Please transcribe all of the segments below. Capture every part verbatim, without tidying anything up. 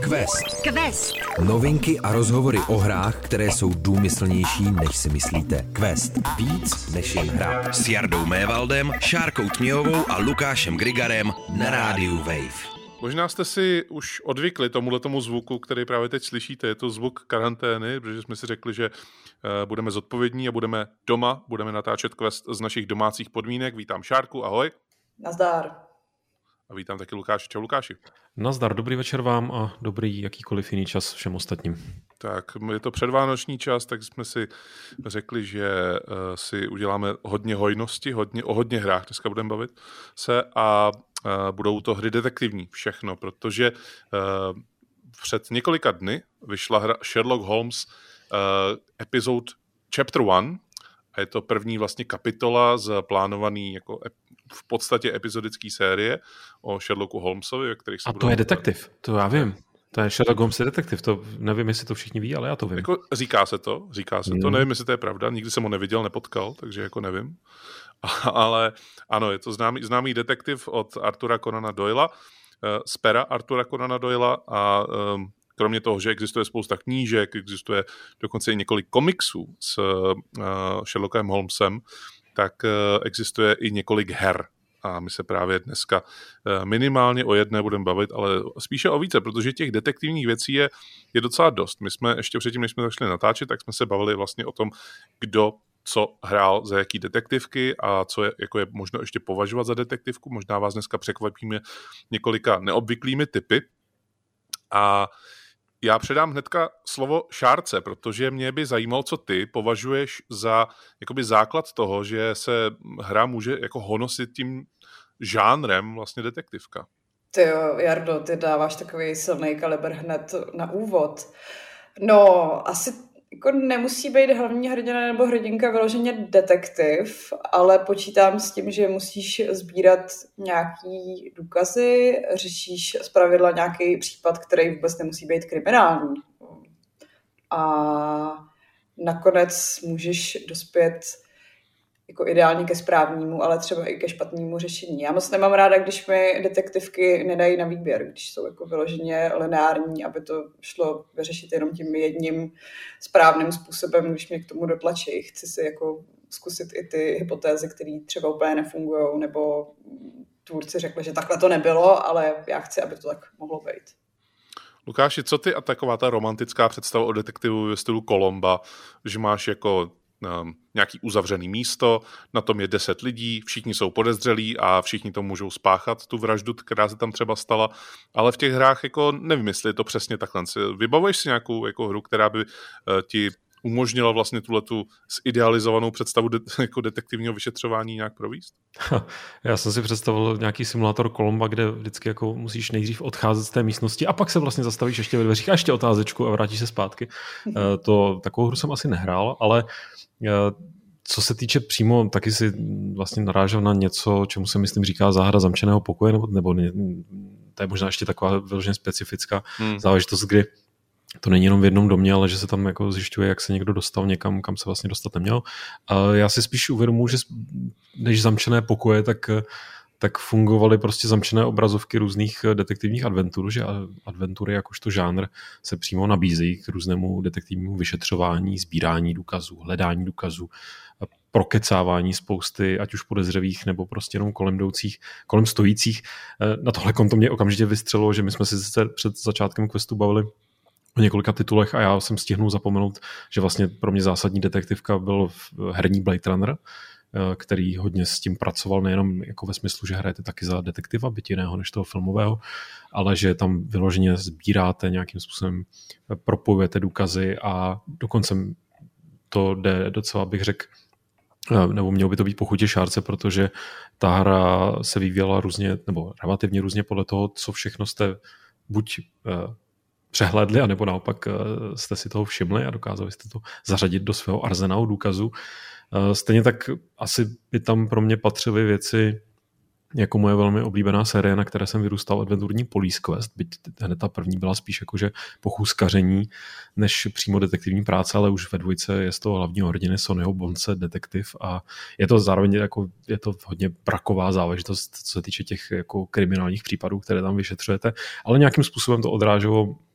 Quest. Quest. Novinky a rozhovory o hrách, které jsou důmyslnější, než si myslíte. Quest. Víc než jen hra. S Jardou Mévaldem, Šárkou Tměhovou a Lukášem Grigarem na rádiu Wave. Možná jste si už odvykli tomuhletomu zvuku, který právě teď slyšíte. Je to zvuk karantény, protože jsme si řekli, že budeme zodpovědní a budeme doma, budeme natáčet Quest z našich domácích podmínek. Vítám Šárku, ahoj. Nazdar. A vítám taky Lukáše. Čau Lukáši. Nazdar, dobrý večer vám a dobrý jakýkoliv jiný čas všem ostatním. Tak, je to předvánoční čas, tak jsme si řekli, že uh, si uděláme hodně hojnosti, hodně, o hodně hrách dneska budeme bavit se a uh, budou to hry detektivní, všechno, protože uh, před několika dny vyšla hra Sherlock Holmes uh, Episode Chapter one a je to první vlastně kapitola z plánovaný jako v podstatě epizodické série o Sherlocku Holmesovi, ve kterých se a to je detektiv, to já vím. To je Sherlock Holmes je detektiv, to nevím, jestli to všichni ví, ale já to vím. Jako říká se to, říká se mm. to, nevím, jestli to je pravda, nikdy jsem ho neviděl, nepotkal, takže jako nevím. Ale ano, je to známý, známý detektiv od Artura Conana Doyla, z pera Artura Conana Doyla a um, kromě toho, že existuje spousta knížek, existuje dokonce i několik komiksů s uh, Sherlockem Holmesem, tak uh, existuje i několik her. A my se právě dneska minimálně o jedné budeme bavit, ale spíše o více, protože těch detektivních věcí je, je docela dost. My jsme ještě předtím, než jsme začali natáčet, tak jsme se bavili vlastně o tom, kdo co hrál za jaký detektivky a co je, jako je možno ještě považovat za detektivku. Možná vás dneska překvapíme několika neobvyklými typy. A já předám hnedka slovo Šárce, protože mě by zajímalo, co ty považuješ za jakoby základ toho, že se hra může jako honosit tím žánrem vlastně detektivka. Ty jo, Jardo, ty dáváš takový silný kalibr hned na úvod. No, asi jako nemusí být hlavní hrdina nebo hrdinka vyloženě detektiv, ale počítám s tím, že musíš sbírat nějaký důkazy, řešíš zpravidla nějaký případ, který vůbec nemusí být kriminální. A nakonec můžeš dospět jako ideálně ke správnímu, ale třeba i ke špatnému řešení. Já moc nemám ráda, když mi detektivky nedají na výběr, když jsou jako vyloženě lineární, aby to šlo vyřešit jenom tím jedním správným způsobem, když mě k tomu dotlačí. Chci si jako zkusit i ty hypotézy, které třeba úplně nefungují, nebo tvůrci řekli, že takhle to nebylo, ale já chci, aby to tak mohlo být. Lukáši, co ty a taková ta romantická představa o detektivu ve stylu Columba, že máš jako Um, nějaký uzavřený místo, na tom je deset lidí, všichni jsou podezřelí a všichni to můžou spáchat, tu vraždu, která se tam třeba stala, ale v těch hrách jako nevím, jestli je to přesně takhle. Vybavuješ si nějakou jako hru, která by uh, ti umožnila vlastně tuhletu zidealizovanou představu de- jako detektivního vyšetřování nějak provést? Já jsem si představil nějaký simulátor Columba, kde vždycky jako musíš nejdřív odcházet z té místnosti a pak se vlastně zastavíš ještě ve dveřích a ještě otázečku a vrátíš se zpátky. Uh, to, takovou hru jsem asi nehrál, ale co se týče přímo, taky si vlastně narážel na něco, čemu se myslím říká záhada zamčeného pokoje, nebo, nebo to je možná ještě taková vyloženě specifická hmm. záležitost, kdy to není jenom v jednom domě, ale že se tam jako zjišťuje, jak se někdo dostal někam, kam se vlastně dostat neměl. A já si spíš uvědomuji, že než zamčené pokoje, tak tak fungovaly prostě zamčené obrazovky různých detektivních adventur, že adventury jakožto žánr se přímo nabízejí k různému detektivnímu vyšetřování, sbírání důkazů, hledání důkazů, prokecávání spousty, ať už podezřelých, nebo prostě jenom kolem jdoucích, kolem stojících. Na tohle konto mě okamžitě vystřelilo, že my jsme si se před začátkem questu bavili o několika titulech a já jsem stihnul zapomenout, že vlastně pro mě zásadní detektivka byl herní Blade Runner, který hodně s tím pracoval, nejenom jako ve smyslu, že hrajete taky za detektiva, byť jiného než toho filmového, ale že tam vyloženě sbíráte nějakým způsobem, propojujete důkazy a dokonce to jde docela, bych řekl, nebo mělo by to být po chutě Šárce, protože ta hra se vyvíjela různě, nebo relativně různě podle toho, co všechno jste buď přehlédli, anebo naopak jste si toho všimli a dokázali jste to zařadit do svého arzenálu důkazů. Stejně tak asi by tam pro mě patřily věci jako moje velmi oblíbená série, na které jsem vyrůstal, adventurní Police Quest, byť hned ta první byla spíš jakože pochůzkaření než přímo detektivní práce, ale už ve dvojce je z toho hlavního hrdiny Sonnyho Bonce detektiv a je to zároveň jako, je to hodně braková záležitost, co se týče těch jako kriminálních případů, které tam vyšetřujete, ale nějakým způsobem to odráželo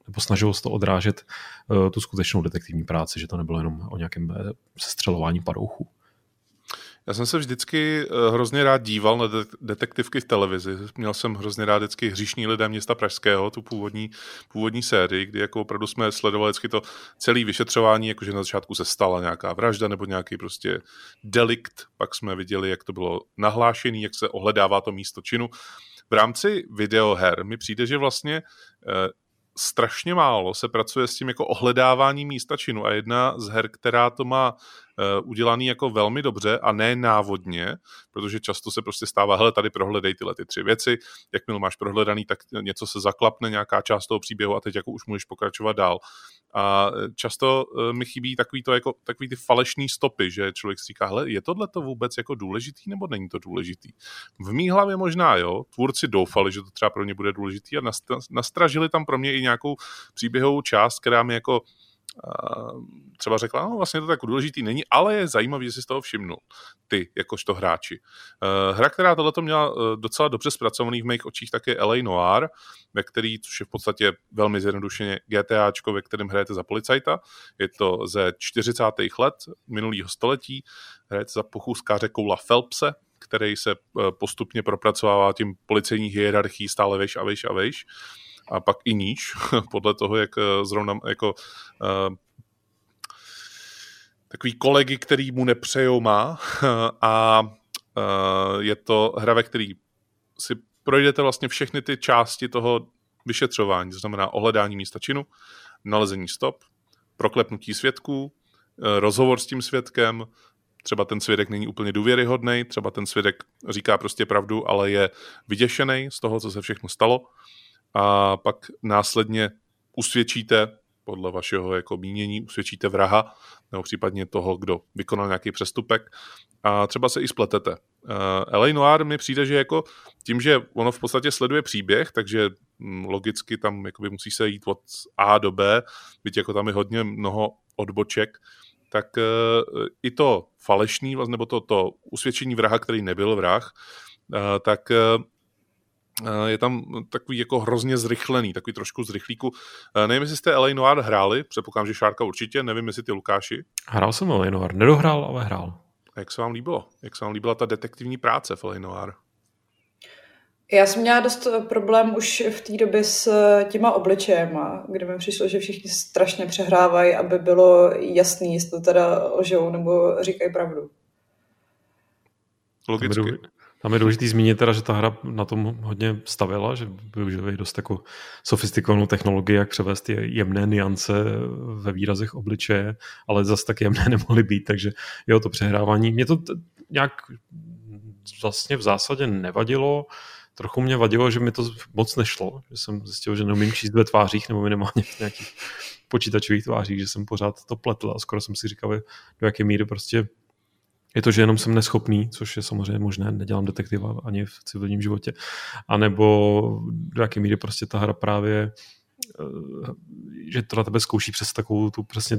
nebo snažilo se to odrážet uh, tu skutečnou detektivní práci, že to nebylo jenom o nějakém uh, sestřelování padouchů. Já jsem se vždycky hrozně rád díval na detektivky v televizi. Měl jsem hrozně rád vždycky Hříšní lidé města Pražského, tu původní, původní sérii, kdy jako opravdu jsme sledovali vždycky to celé vyšetřování, jakože na začátku se stala nějaká vražda nebo nějaký prostě delikt. Pak jsme viděli, jak to bylo nahlášené, jak se ohledává to místo činu. V rámci videoher mi přijde, že vlastně eh, strašně málo se pracuje s tím jako ohledávání místa činu a jedna z her, která to má uh, udělaný jako velmi dobře a ne návodně, protože často se prostě stává, hele, tady prohledej tyhle ty tři věci, jakmile máš prohledaný, tak něco se zaklapne, nějaká část toho příběhu a teď jako už můžeš pokračovat dál. A často uh, mi chybí takový, to jako, takový ty falešný stopy, že člověk si říká, hele, je tohleto vůbec jako důležitý nebo není to důležitý? V mý hlavě možná jo, tvůrci doufali, že to třeba pro ně bude důležitý a nastražili tam pro mě i nějakou příběhovou část, která mi jako uh, třeba řekla, no vlastně to tak důležitý není, ale je zajímavý, že si z toho všimnul, ty, jakožto hráči. Uh, hra, která tohleto měla uh, docela dobře zpracovaný v mých očích, tak je L A Noire, ve který, což je v podstatě velmi zjednodušeně GTAčko, ve kterém hrajete za policajta. Je to ze čtyřicátých let minulého století. Hrajete za pochůzkáře Koula Phelpse, který se uh, postupně propracovává tím policejní hierarchií stále vejš a vejš a vejš. A pak i níž, podle toho, jak zrovna jako uh, takový kolegy, který mu nepřejou má. A uh, je to hra, ve který si projdete vlastně všechny ty části toho vyšetřování, to znamená ohledání místa činu, nalezení stop, proklepnutí svědků, uh, rozhovor s tím svědkem, třeba ten svědek není úplně důvěryhodný, třeba ten svědek říká prostě pravdu, ale je vyděšený z toho, co se všechno stalo. A pak následně usvědčíte, podle vašeho jako mínění, usvědčíte vraha, nebo případně toho, kdo vykonal nějaký přestupek a třeba se i spletete. Uh, L A Noire mi přijde, že jako tím, že ono v podstatě sleduje příběh, takže hm, logicky tam jakoby musí se jít od A do B, byť jako tam je hodně mnoho odboček, tak uh, i to falešný, nebo to, to usvědčení vraha, který nebyl vrah, uh, tak uh, je tam takový jako hrozně zrychlený, takový trošku z rychlíku. Nevím, jestli jste L A Noire hráli, předpokládám, že Šárka určitě, nevím, jestli ty Lukáši. Hrál jsem L A Noire, nedohrál, ale hrál. A jak se vám líbilo? Jak se vám líbila ta detektivní práce v L A Noire? Já jsem měla dost problém už v té době s těma obličejema, kde mi přišlo, že všichni strašně přehrávají, aby bylo jasný, jestli to teda lžou nebo říkají pravdu. Logicky. Tam je důležitý zmínit teda, že ta hra na tom hodně stavěla, že využívají dost jako sofistikovanou technologii, jak převést ty jemné nuance ve výrazech obličeje, ale zase tak jemné nemohly být, takže jo, to přehrávání. Mě to t- nějak vlastně v zásadě nevadilo, trochu mě vadilo, že mi to moc nešlo, že jsem zjistil, že neumím číst ve tvářích nebo minimálně v nějakých počítačových tvářích, že jsem pořád to pletl a skoro jsem si říkal, do jaké míry prostě je to, že jenom jsem neschopný, což je samozřejmě možné, nedělám detektiva ani v civilním životě, anebo do jaké míry prostě ta hra právě, že to na tebe zkouší přes takovou tu přesně,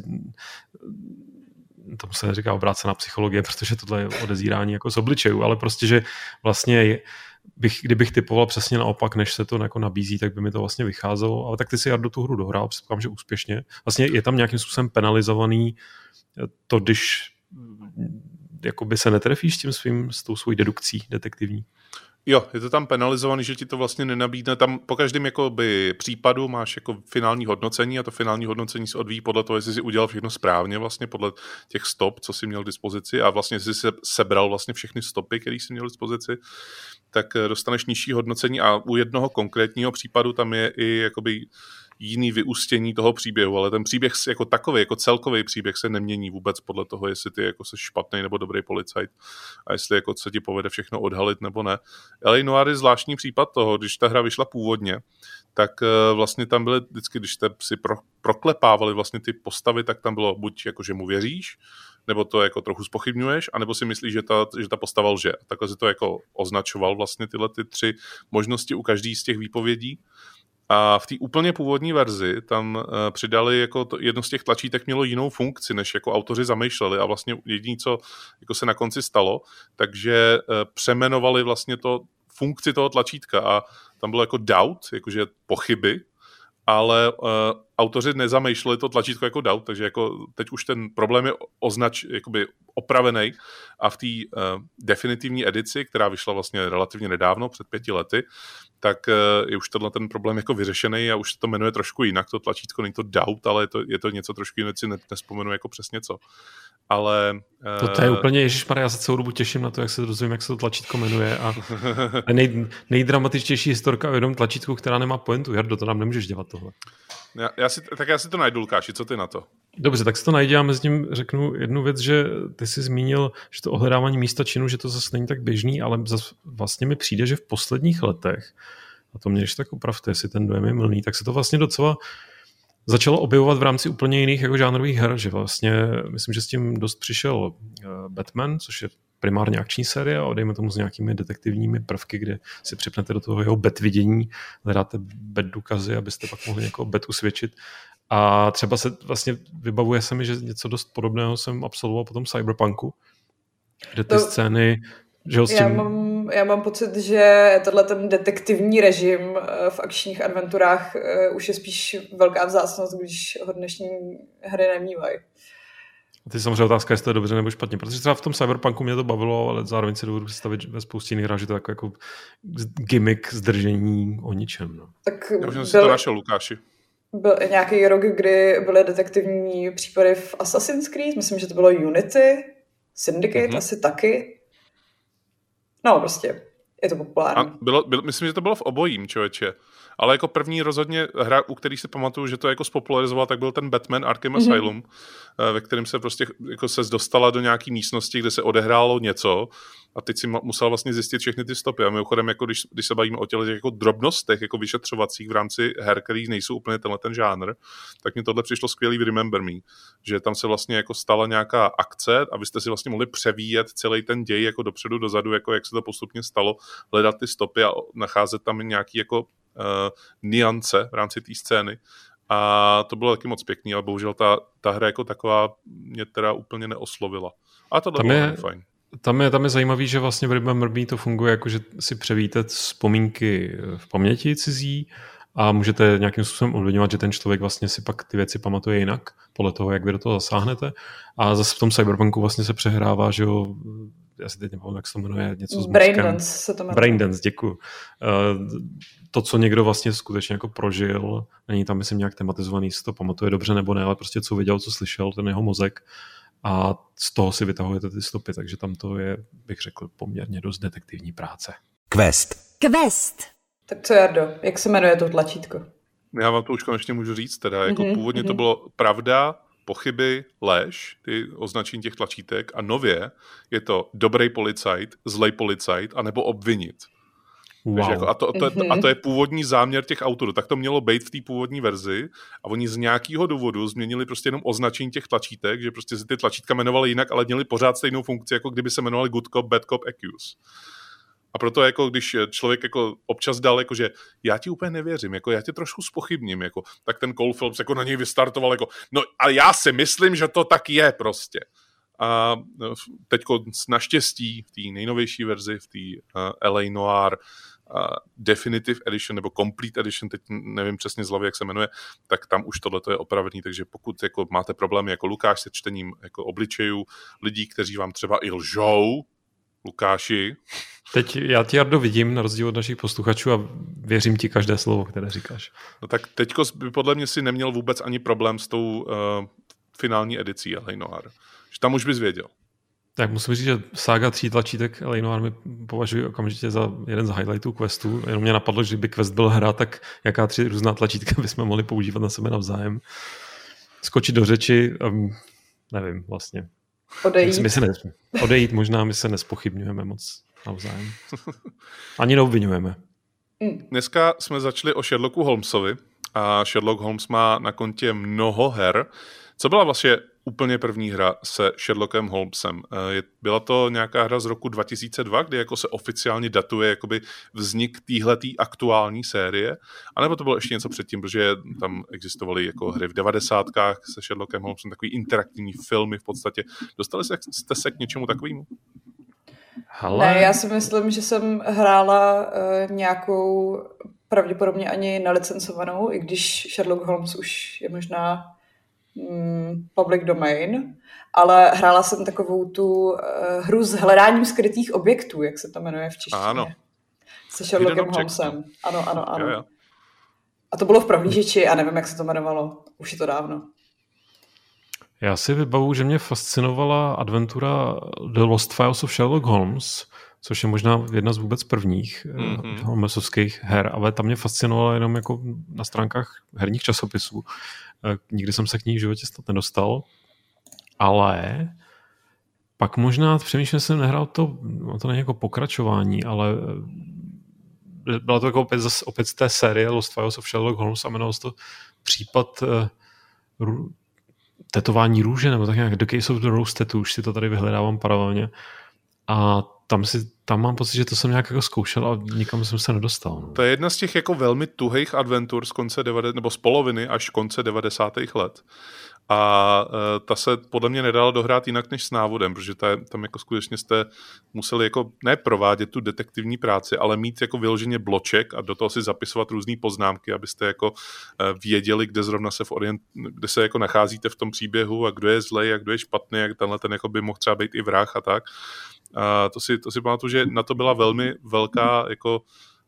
tomu se neříká obrácená psychologie, protože tohle je odezírání jako z obličejů, ale prostě, že vlastně bych, kdybych typoval přesně naopak, než se to jako nabízí, tak by mi to vlastně vycházelo, ale tak ty si Jardo tu hru dohrál, předpokládám, že úspěšně. Vlastně je tam nějakým způsobem penalizovaný to, když jakoby se netrefíš s tím svým, s tou svojí dedukcí detektivní. Jo, je to tam penalizovaný, že ti to vlastně nenabídne. Tam po každém jakoby případu máš jako finální hodnocení a to finální hodnocení se odvíjí podle toho, jestli jsi udělal všechno správně, vlastně podle těch stop, co jsi měl k dispozici a vlastně jsi se sebral vlastně všechny stopy, které jsi měl k dispozici, tak dostaneš nižší hodnocení a u jednoho konkrétního případu tam je i jakoby jiný vyústění toho příběhu, ale ten příběh jako takový, jako celkový příběh se nemění vůbec podle toho, jestli ty jako jsi špatný nebo dobrý policajt a jestli jako se ti povede všechno odhalit nebo ne. L A Noire je zvláštní případ toho, když ta hra vyšla původně, tak vlastně tam byly vždycky, když jste si pro, proklepávali vlastně ty postavy, tak tam bylo buď jako, že mu věříš, nebo to jako trochu zpochybňuješ, anebo si myslíš, že ta, že ta postava lže. Takhle si to jako označoval vlastně tyhle ty tři možnosti u každý z těch výpovědí. A v té úplně původní verzi tam uh, přidali jako to, jedno z těch tlačítek mělo jinou funkci, než jako autoři zamýšleli a vlastně jediné, co jako se na konci stalo, takže uh, přemenovali vlastně to funkci toho tlačítka a tam bylo jako doubt, jakože pochyby ale uh, autoři nezamýšleli to tlačítko jako dát, takže jako teď už ten problém je označ, jakoby opravený a v té uh, definitivní edici, která vyšla vlastně relativně nedávno, před pěti lety, tak uh, je už tenhle ten problém jako vyřešený a už se to jmenuje trošku jinak, to tlačítko není to doubt, ale je to, je to něco trošku jiného, si nespomenu jako přesně co. Ale... To, to je úplně, ježišmarja, já se celou dobu těším na to, jak se dozvím, jak se to tlačítko jmenuje a nej, nejdramatičtější historka o jednom tlačítku, která nemá pointu. Jardo, to nám nemůžeš dělat tohle. Já, já si, tak já si to najdu, Lukáši, co ty na to? Dobře, tak si to najde a mezi tím řeknu jednu věc, že ty jsi zmínil, že to ohledávání místa činu, že to zase není tak běžný, ale zase vlastně mi přijde, že v posledních letech, a to mě ještě tak opravte, jestli ten dojem je mylný, tak se to vlastně docela začalo objevovat v rámci úplně jiných jako žánrových her, že vlastně myslím, že s tím dost přišel Batman, což je primárně akční série a dejme tomu s nějakými detektivními prvky, kde si připnete do toho jeho bat vidění, hledáte bat důkazy, abyste pak mohli někoho bat usvědčit. A třeba se vlastně vybavuje se mi, že něco dost podobného jsem absolvoval potom Cyberpunku, kde ty to... scény... Že ho s tím... já, mám, já mám pocit, že tenhle ten detektivní režim v akčních adventurách už je spíš velká vzácnost, když ho dnešní hry nemývají. A ty samozřejmě otázka, jestli to je dobře nebo špatně, protože třeba v tom Cyberpunku mě to bavilo, ale zároveň si dovedu představit ve spoustě jiných hrách, že to je jako, jako gimmick zdržení o ničem. No. Tak já už jsem si to našel, Lukáši. Byl nějaký rok, kdy byly detektivní případy v Assassin's Creed, myslím, že to bylo Unity, Syndicate mm-hmm. asi taky. No, prostě je to populární. A bylo, bylo, myslím, že to bylo v obojím, člověče. Ale jako první rozhodně hra, u který si pamatuju, že to jako spopularizoval, tak byl ten Batman Arkham mm-hmm. Asylum, ve kterém se prostě jako se dostala do nějaký místnosti, kde se odehrálo něco a teď si musel vlastně zjistit všechny ty stopy. A mimochodem, jako když, když se bavíme o těch jako drobnostech, jako vyšetřovacích v rámci her, který nejsou úplně tenhle ten žánr, tak mi tohle přišlo skvělý v Remember Me, že tam se vlastně jako stala nějaká akce a vy jste si vlastně mohli převíjet celý ten děj jako dopředu, dozadu, jako jak se to postupně stalo, hledat ty stopy a nacházet tam nějaký jako Uh, niance v rámci té scény a to bylo taky moc pěkný, ale bohužel ta, ta hra jako taková mě teda úplně neoslovila. A to bylo je, fajn. Tam je, tam je zajímavý, že vlastně v Remember Me to funguje jako, že si převíte vzpomínky v paměti cizí a můžete nějakým způsobem ovlivňovat, že ten člověk vlastně si pak ty věci pamatuje jinak, podle toho, jak vy do toho zasáhnete. A zase v tom Cyberpunku vlastně se přehrává, že jo, já si teď nevím, jak se to jmenuje, něco s Braindance se to jmenuje. Braindance, děkuju. To, co někdo vlastně skutečně jako prožil, není tam, myslím, nějak tematizovaný, jestli to pamatuje dobře nebo ne, ale prostě co viděl, co slyšel, ten jeho mozek a z toho si vytahujete ty stopy, takže tam to je, bych řekl, poměrně dost detektivní práce. Quest. Quest. Tak co, Jardo, jak se jmenuje to tlačítko? Já vám to už konečně můžu říct, teda jako mm-hmm, původně mm-hmm. to bylo pravda, pochyby, lež, ty označení těch tlačítek a nově je to dobrý policajt, zlej policajt anebo obvinit. Wow. Jako, a, to, to, mm-hmm. a to je původní záměr těch autorů. Tak to mělo být v té původní verzi a oni z nějakého důvodu změnili prostě jenom označení těch tlačítek, že prostě si ty tlačítka jmenovaly jinak, ale měly pořád stejnou funkci, jako kdyby se jmenovali Good Cop, Bad Cop, Accuse. A proto jako když člověk jako občas dal, jako, že já ti úplně nevěřím, jako já tě trošku zpochybním, jako, tak ten Cole Phelps jako na něj vystartoval, jako, no a já si myslím, že to tak je prostě. A teďko naštěstí v té nejnovější verzi, v té uh, L A Noir uh, Definitive Edition nebo Complete Edition, teď nevím přesně z hlavy, jak se jmenuje, tak tam už tohleto je opravený, takže pokud jako máte problémy jako Lukáš se čtením jako obličejů lidí, kteří vám třeba i lžou, Lukáši. Teď já ti, Jardo, vidím na rozdíl od našich posluchačů a věřím ti každé slovo, které říkáš. No tak teďko by podle mě si neměl vůbec ani problém s tou uh, finální edicí L A Noir. Že tam už bys věděl. Tak musím říct, že sága tří tlačítek L A Noir mi považuji okamžitě za jeden z highlightů questu. Jenom mě napadlo, že by quest byl hra, tak jaká tři různá tlačítka bychom mohli používat na sebe navzájem. Skočit do řeči, um, nevím vlastně. Odejít. My se ne, odejít možná, my se nespochybňujeme moc navzájem. Ani neobvinujeme. Dneska jsme začali o Sherlocku Holmesovi a Sherlock Holmes má na kontě mnoho her. Co byla vlastně úplně první hra se Sherlockem Holmesem? Byla to nějaká hra z roku dva tisíce dva, kdy jako se oficiálně datuje jakoby vznik téhletý aktuální série? A nebo to bylo ještě něco předtím, protože tam existovaly jako hry v devadesátkách se Sherlockem Holmesem, takový interaktivní filmy v podstatě. Dostali jste se k něčemu takovému? Hele. Ne, já si myslím, že jsem hrála uh, nějakou pravděpodobně ani nelicencovanou, i když Sherlock Holmes už je možná mm, public domain, ale hrála jsem takovou tu uh, hru s hledáním skrytých objektů, jak se to jmenuje v češtině. Ano. Se Sherlockem Holmesem. Ano, ano, ano. Jo, jo. A to bylo v prohlížeči a nevím, jak se to jmenovalo. Už je to dávno. Já si vybavu, že mě fascinovala adventura The Lost Files of Sherlock Holmes, což je možná jedna z vůbec prvních mm-hmm. Holmesovských her, ale tam mě fascinovala jenom jako na stránkách herních časopisů. Nikdy jsem se k ní v životě snad nedostal, ale pak možná přemýšlím, že jsem nehrál to, to není jako pokračování, ale byla to jako opět, zase, opět z té série Lost Files of Sherlock Holmes a jmenovalo se to případ uh, tetování růže, nebo tak nějak The Case of the Rose Tattoo, už si to tady vyhledávám paralelně. A tam, si, tam mám pocit, že to jsem nějak jako zkoušel a nikam jsem se nedostal. No. To je jedna z těch jako velmi tuhých adventur z konce devadesátých nebo z poloviny až konce devadesátých let. A e, ta se podle mě nedala dohrát jinak než s návodem, protože ta, tam jako skutečně jste museli jako ne provádět tu detektivní práci, ale mít jako vyloženě bloček a do toho si zapisovat různé poznámky, abyste jako e, věděli, kde zrovna se v orient, kde se jako nacházíte v tom příběhu a kdo je zlej a kdo je špatný, jak tenhle ten jako by mohl třeba být i vrah a tak. A to si, to si pamatuju, že na to byla velmi velká jako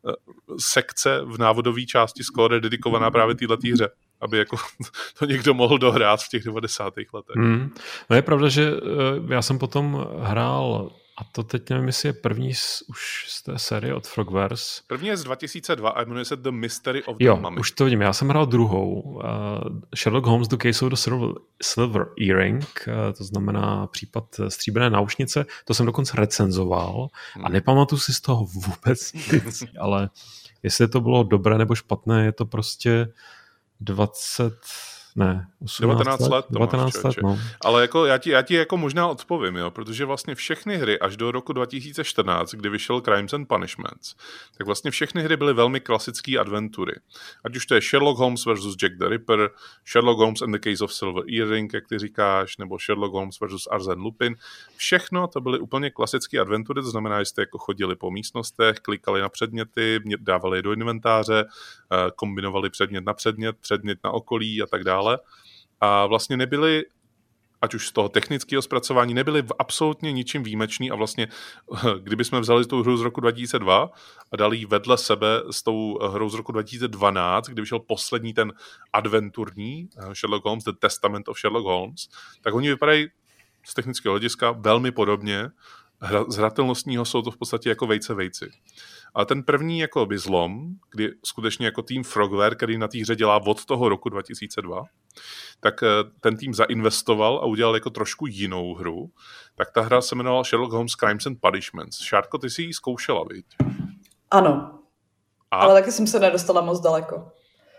sekce v návodové části skóre dedikovaná právě této hře, aby jako to někdo mohl dohrát v těch devadesátých letech. Hmm. No je pravda, že já jsem potom hrál, a to teď nevím, jestli je první z, už z té série od Frogwares. První je z dva tisíce dva a jmenuje se The Mystery of the jo, Mummy. Jo, už to vidím. Já jsem hrál druhou. Uh, Sherlock Holmes, The Case of the Silver, Silver Earring, uh, to znamená případ stříbrné náušnice. To jsem dokonce recenzoval hmm. a nepamatuju si z toho vůbec nic, ale jestli to bylo dobré nebo špatné, je to prostě dvacet... Ne, devatenáct let, to devatenáct máš, let, no. Ale jako já ti, já ti jako možná odpovím, jo, protože vlastně všechny hry až do roku dva tisíce čtrnáct, kdy vyšel Crimes and Punishments, tak vlastně všechny hry byly velmi klasické adventury. Ať už to je Sherlock Holmes versus Jack the Ripper, Sherlock Holmes and the Case of Silver Earring, jak ty říkáš, nebo Sherlock Holmes versus Arsène Lupin. Všechno to byly úplně klasické adventury, to znamená, že jste jako chodili po místnostech, klikali na předměty, dávali je do inventáře, kombinovali předmět na předmět, předmět na okolí a tak dále. A vlastně nebyly, ať už z toho technického zpracování, nebyly absolutně ničím výjimečný a vlastně, kdybychom vzali tu hru z roku dva tisíce dva a dali ji vedle sebe s tou hrou z roku dva tisíce dvanáct, kdy vyšel poslední ten adventurní Sherlock Holmes, The Testament of Sherlock Holmes, tak oni vypadají z technického hlediska velmi podobně. Z hratelnostního jsou to v podstatě jako vejce vejci. Ale ten první jako by zlom, kdy skutečně jako tým Frogware, který na té hře dělá od toho roku dva tisíce dva, tak ten tým zainvestoval a udělal jako trošku jinou hru. Tak ta hra se jmenovala Sherlock Holmes Crimes and Punishments. Šárko, ty si ji zkoušela, viď? Ano. A? Ale taky jsem se nedostala moc daleko.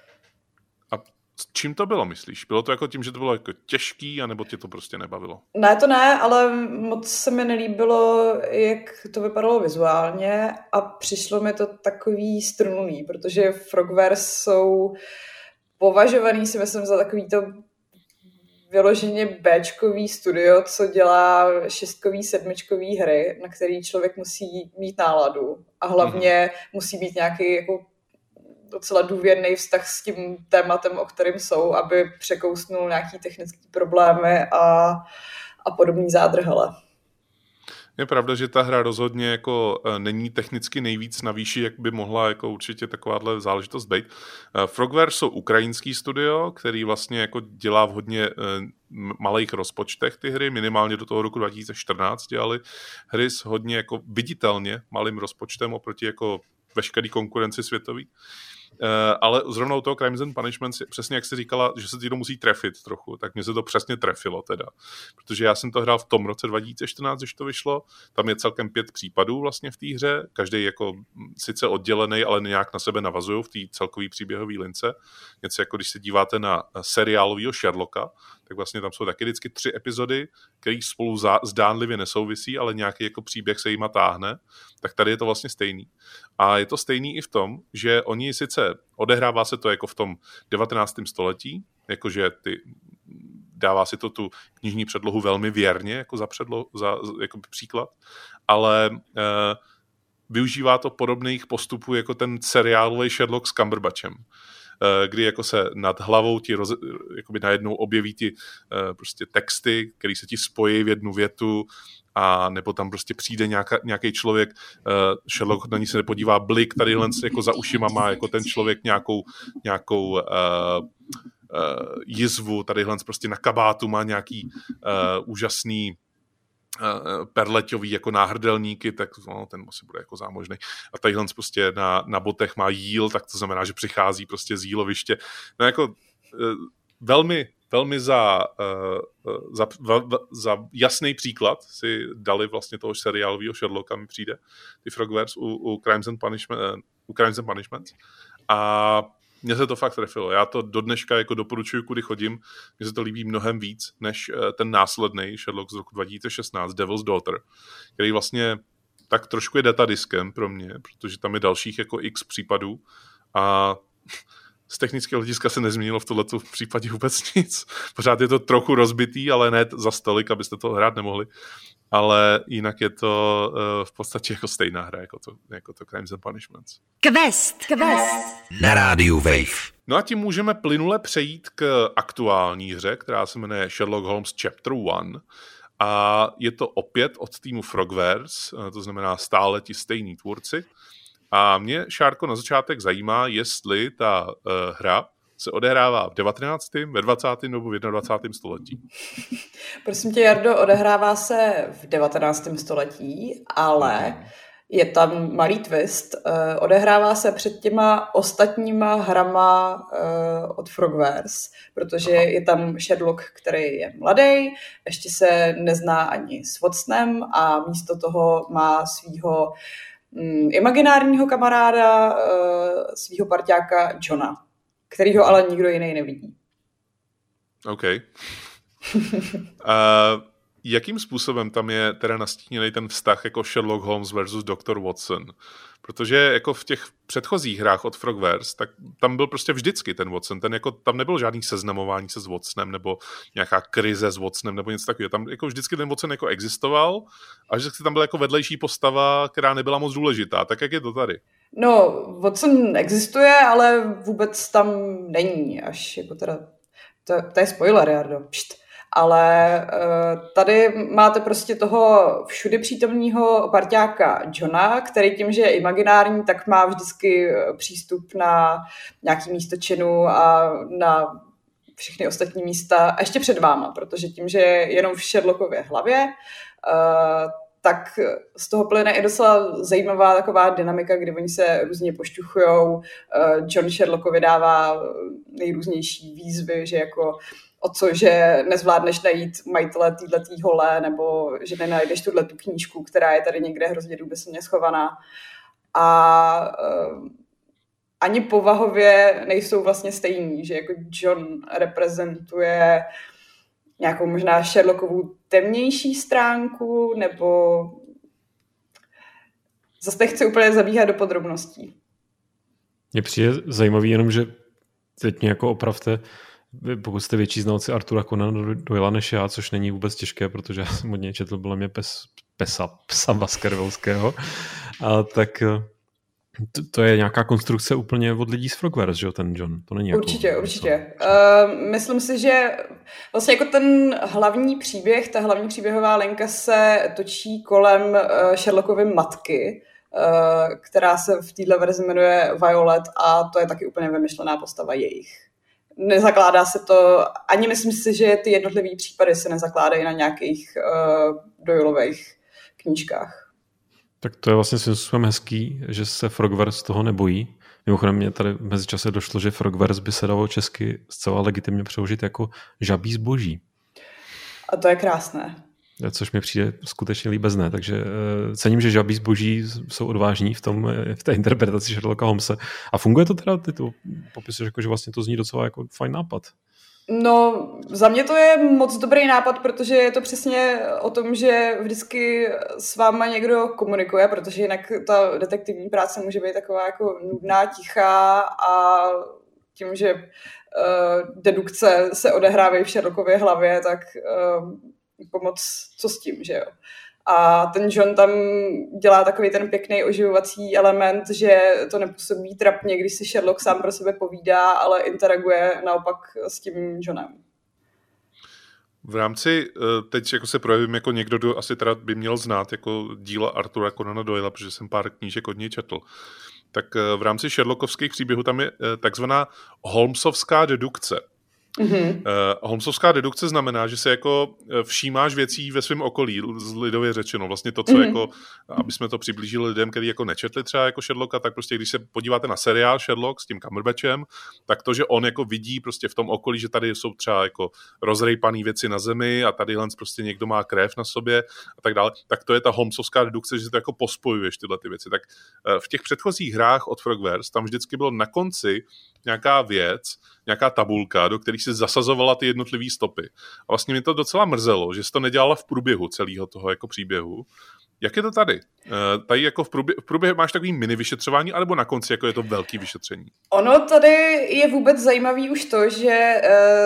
A čím to bylo, myslíš? Bylo to jako tím, že to bylo jako těžký, anebo tě to prostě nebavilo? Ne, to ne, ale moc se mi nelíbilo, jak to vypadalo vizuálně a přišlo mi to takový strunulý, protože Frogware jsou považovaný, si myslím, za takový to vyloženě béčkový studio, co dělá šestkový, sedmičkový hry, na který člověk musí mít náladu a hlavně mm-hmm. musí mít nějaký jako docela důvěrný vztah s tím tématem, o kterém jsou, aby překousnul nějaký technické problémy a, a podobný zádrhele. Je pravda, že ta hra rozhodně jako není technicky nejvíc na výši, jak by mohla jako určitě takováhle záležitost být. Frogware jsou ukrajinský studio, který vlastně jako dělá v hodně malých rozpočtech ty hry, minimálně do toho roku dva tisíce čtrnáct dělali hry s hodně jako viditelně malým rozpočtem oproti jako veškerý konkurenci světový. Uh, ale zrovna u toho Crimes and Punishments, přesně jak jsi říkala, že se ti to musí trefit trochu, tak mně se to přesně trefilo teda. Protože já jsem to hrál v tom roce dva tisíce čtrnáct, když to vyšlo, tam je celkem pět případů vlastně v té hře, každý jako sice oddělený, ale nějak na sebe navazují v té celkový příběhové lince. Něco jako když se díváte na seriálovýho Sherlocka, tak vlastně tam jsou taky vždycky tři epizody, které spolu zá, zdánlivě nesouvisí, ale nějaký jako příběh se jima táhne, tak tady je to vlastně stejný. A je to stejný i v tom, že oni sice odehrává se to jako v tom devatenáctém století, jakože ty dává si to tu knižní předlohu velmi věrně, jako za, předlo, za jako příklad, ale eh, využívá to podobných postupů jako ten seriálový Sherlock s Cumberbatchem, kdy jako se nad hlavou ti roz, jakoby najednou objeví ti prostě texty, které se ti spojí v jednu větu, a nebo tam prostě přijde nějaká, nějaký člověk, Sherlock na ní se nepodívá, blik tadyhle jako za ušima má jako ten člověk nějakou, nějakou uh, uh, jizvu, tadyhle prostě na kabátu má nějaký uh, úžasný perleťový jako náhrdelníky, tak no, ten asi bude jako zámožný. A tadyhle prostě na, na botech má jíl, tak to znamená, že přichází prostě z jíloviště. No jako velmi, velmi za, za, za jasný příklad si dali vlastně toho seriálového Sherlocka, mi přijde, ty Frogwares u, u, Crimes and Punishment, u Crimes and Punishments. A mně se to fakt trefilo. Já to do dneška jako doporučuji, kudy chodím. Mně se to líbí mnohem víc, než ten následný Sherlock z roku dva tisíce šestnáct, Devil's Daughter, který vlastně tak trošku je datadiskem pro mě, protože tam je dalších jako x případů a z technického hlediska se nezměnilo v tomto případě vůbec nic. Pořád je to trochu rozbitý, ale ne za stolik, abyste to hrát nemohli. Ale jinak je to uh, v podstatě jako stejná hra, jako to, jako to Crimes and Punishments. Quest, Quest. Na rádiu Wave. No a tím můžeme plynule přejít k aktuální hře, která se jmenuje Sherlock Holmes Chapter one. A je to opět od týmu Frogwares, to znamená stále ti stejní tvůrci. A mě, Šárko, na začátek zajímá, jestli ta uh, hra se odehrává v devatenáctém, ve dvacátém nebo v dvacátém století. Prosím tě, Jardo, odehrává se v devatenáctém století, ale je tam malý twist. Uh, odehrává se před těma ostatníma hrama uh, od Frogwares, protože Aha. je tam Sherlock, který je mladý, ještě se nezná ani s Watsonem a místo toho má svýho um, imaginárního kamaráda, uh, svýho parťáka Johna, kterýho ale nikdo jiný nevidí. OK. uh, jakým způsobem tam je teda nastíněný ten vztah jako Sherlock Holmes versus doktor Watson? Protože jako v těch předchozích hrách od Frogwares, tak tam byl prostě vždycky ten Watson. Ten jako, tam nebyl žádný seznamování se s Watsonem nebo nějaká krize s Watsonem nebo něco takového. Tam jako vždycky ten Watson jako existoval a že tam byla jako vedlejší postava, která nebyla moc důležitá. Tak jak je to tady? No, Watson existuje, ale vůbec tam není, až jako teda, to, to je spoiler, Jardo, pšt. Ale uh, tady máte prostě toho všudy přítomného parťáka Johna, který tím, že je imaginární, tak má vždycky přístup na nějaký místo činu a na všechny ostatní místa a ještě před váma, protože tím, že je jenom v Sherlockově hlavě, uh, tak z toho plyne i docela zajímavá taková dynamika, kdy oni se různě pošťuchujou. John Sherlockovi dává nejrůznější výzvy, že jako o co, že nezvládneš najít majitele týhletý hole, nebo že nenajdeš tuhletu knížku, která je tady někde hrozně důmyslně schovaná. A uh, ani povahově nejsou vlastně stejní, že jako John reprezentuje nějakou možná Sherlockovu temnější stránku, nebo zase nechci úplně zabíhat do podrobností. Mně přijde zajímavý jenom, že teď mě jako opravte, pokud jste větší znalci Artura Conana Doylea než já, což není vůbec těžké, protože já jsem od něj četl, bylo mě pes, pesa, psa Baskervillského, a tak to, to je nějaká konstrukce úplně od lidí z Frogwares, že jo, ten John? To není určitě, jako, určitě. Uh, myslím si, že vlastně jako ten hlavní příběh, ta hlavní příběhová linka se točí kolem uh, Sherlockovy matky, uh, která se v této verzi jmenuje Violet a to je taky úplně vymyšlená postava jejich. Nezakládá se to, ani myslím si, že ty jednotlivý případy se nezakládají na nějakých uh, Doyleových knížkách. Tak to je vlastně svým způsobem hezký, že se Frogwares toho nebojí. Mimochodem mě tady v mezičase došlo, že Frogwares by se dalo česky zcela legitimně přeložit jako žabí zboží. A to je krásné. Což mi přijde skutečně líbezné, takže uh, cením, že žabí zboží jsou odvážní v, tom, v té interpretaci Sherlocka Holmese. A funguje to teda, ty to popisuješ, jako, že vlastně to zní docela jako fajn nápad. No, za mě to je moc dobrý nápad, protože je to přesně o tom, že vždycky s váma někdo komunikuje, protože jinak ta detektivní práce může být taková jako nudná, tichá a tím, že uh, dedukce se odehrávají v Sherlockově hlavě, tak uh, pomoc co s tím, že jo. A ten John tam dělá takový ten pěkný oživovací element, že to nepůsobí trapně, když si Sherlock sám pro sebe povídá, ale interaguje naopak s tím Johnem. V rámci, teď jako se projevím jako někdo, kdo asi teda by měl znát jako díla Artura Conana Doyla, protože jsem pár knížek od něj četl. Tak v rámci Sherlockovských příběhů tam je takzvaná Holmesovská dedukce. Mm-hmm. Uh, Holmesovská dedukce znamená, že se jako všímáš věcí ve svém okolí, lidově řečeno. Vlastně to, co mm-hmm. jako, aby jsme to přiblížili lidem, kteří jako nečetli třeba jako Sherlocka, tak prostě když se podíváte na seriál Sherlock s tím Cumberbatchem, tak to, že on jako vidí prostě v tom okolí, že tady jsou třeba jako rozrejpaný věci na zemi a tady prostě někdo má krev na sobě a tak dále, tak to je ta Holmesovská dedukce, že si to jako pospojuješ tyhle ty věci. Tak uh, v těch předchozích hrách od Frogwares tam vždycky bylo na konci nějaká věc, nějaká tabulka, do kterých si zasazovala ty jednotlivé stopy. A vlastně mě to docela mrzelo, že jsi to nedělala v průběhu celého toho jako příběhu. Jak je to tady? Tady jako v průběhu, v průběhu máš takový mini vyšetřování, anebo na konci jako je to velký vyšetření? Ono tady je vůbec zajímavý už to, že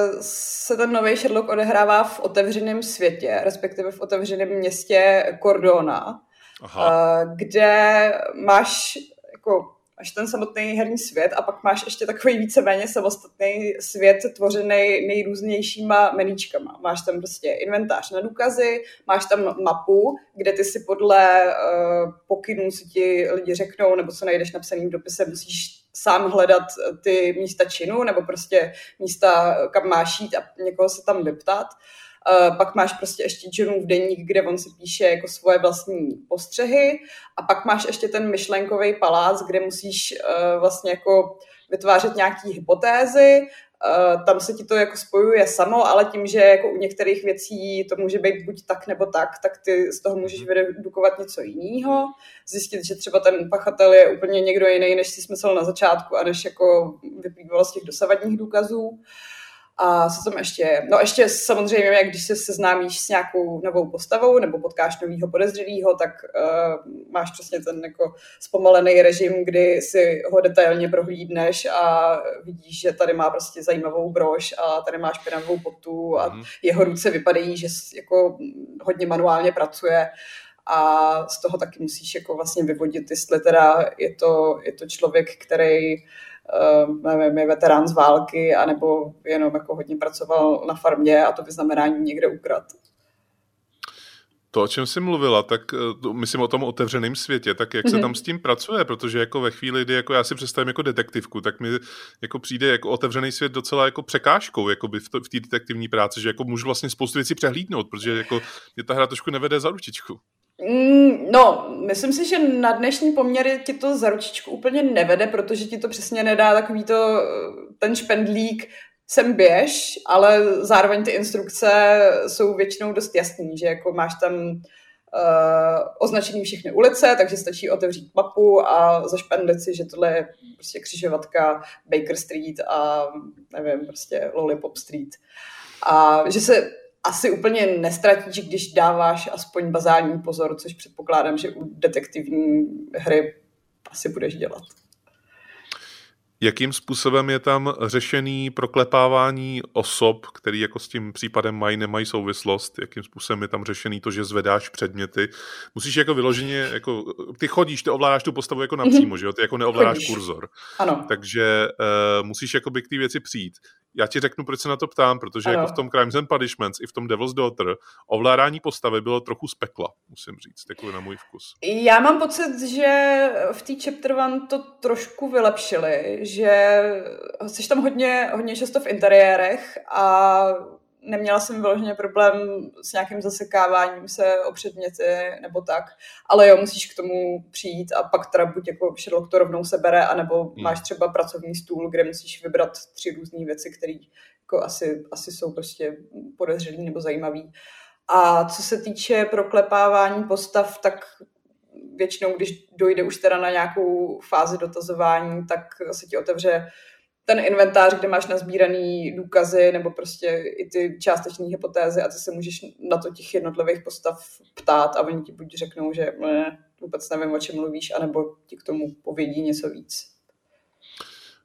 se ten nový Sherlock odehrává v otevřeném světě, respektive v otevřeném městě Cordona, Aha. kde máš jako až ten samotný herní svět a pak máš ještě takový víceméně samostatný svět tvořený nejrůznějšíma meníčkama. Máš tam prostě inventář na důkazy, máš tam mapu, kde ty si podle uh, pokynů, co ti lidi řeknou, nebo co najdeš napsaným dopise, musíš sám hledat ty místa činu, nebo prostě místa, kam máš jít a někoho se tam vyptat. Uh, pak máš prostě ještě Johnův deník, kde on si píše jako svoje vlastní postřehy a pak máš ještě ten myšlenkový palác, kde musíš uh, vlastně jako vytvářet nějaký hypotézy. Uh, tam se ti to jako spojuje samo, ale tím, že jako u některých věcí to může být buď tak nebo tak, tak ty z toho můžeš vydedukovat něco jiného. Zjistit, že třeba ten pachatel je úplně někdo jiný, než jsi myslel na začátku a než jako vyplývalo z těch dosavadních důkazů. A co tam ještě? No ještě samozřejmě, jak když se seznámíš s nějakou novou postavou nebo potkáš novýho podezřelýho, tak uh, máš přesně ten jako zpomalený režim, kdy si ho detailně prohlídneš a vidíš, že tady má prostě zajímavou brož a tady má špinavou potu a mm. jeho ruce vypadají, že jako hodně manuálně pracuje. A z toho taky musíš jako vlastně vyvodit, jestli teda je to, je to člověk, který Uh, nevím, je veterán z války, anebo jenom jako hodně pracoval na farmě a to vyznamenání někde ukrad. To, o čem jsi mluvila, tak myslím o tom otevřeném světě, tak jak mm-hmm. se tam s tím pracuje, protože jako ve chvíli, kdy jako já si představím jako detektivku, tak mi jako přijde jako otevřený svět docela jako překážkou jakoby v, to, v té detektivní práci, že jako můžu vlastně spoustu věcí přehlídnout, protože jako mě ta hra trošku nevede za ručičku. No, myslím si, že na dnešní poměry ti to za ručičku úplně nevede, protože ti to přesně nedá takový to, ten špendlík sem běž, ale zároveň ty instrukce jsou většinou dost jasný, že jako máš tam uh, označený všechny ulice, takže stačí otevřít mapu a zašpendlit si, že tohle je prostě křižovatka Baker Street a nevím, prostě Lollipop Street. A že se asi úplně nestratíš, když dáváš aspoň bazální pozor, což předpokládám, že u detektivní hry asi budeš dělat. Jakým způsobem je tam řešený proklepávání osob, který jako s tím případem mají, nemají souvislost? Jakým způsobem je tam řešený to, že zvedáš předměty? Musíš jako vyloženě, jako, ty chodíš, ty ovládáš tu postavu jako napřímo, mm-hmm. že jo? Ty jako neovládáš chodíš. Kurzor. Ano. Takže uh, musíš jakoby k té věci přijít. Já ti řeknu, proč se na to ptám, protože ano. jako v tom Crimes and Punishments i v tom Devil's Daughter ovládání postavy bylo trochu z pekla, musím říct, jako na můj vkus. Já mám pocit, že v té Chapter One to trošku vylepšili, že jsi tam hodně, hodně často v interiérech a neměla jsem vyloženě problém s nějakým zasekáváním se o předměty nebo tak, ale jo, musíš k tomu přijít a pak teda buď jako Sherlock to rovnou sebere, anebo hmm. máš třeba pracovní stůl, kde musíš vybrat tři různé věci, které jako asi, asi jsou prostě podezřelý nebo zajímavý. A co se týče proklepávání postav, tak většinou, když dojde už teda na nějakou fázi dotazování, tak se ti otevře ten inventář, kde máš nazbíraný důkazy nebo prostě i ty částečné hypotézy a ty se můžeš na to těch jednotlivých postav ptát a oni ti buď řeknou, že ne, vůbec nevím, o čem mluvíš, anebo ti k tomu povědí něco víc.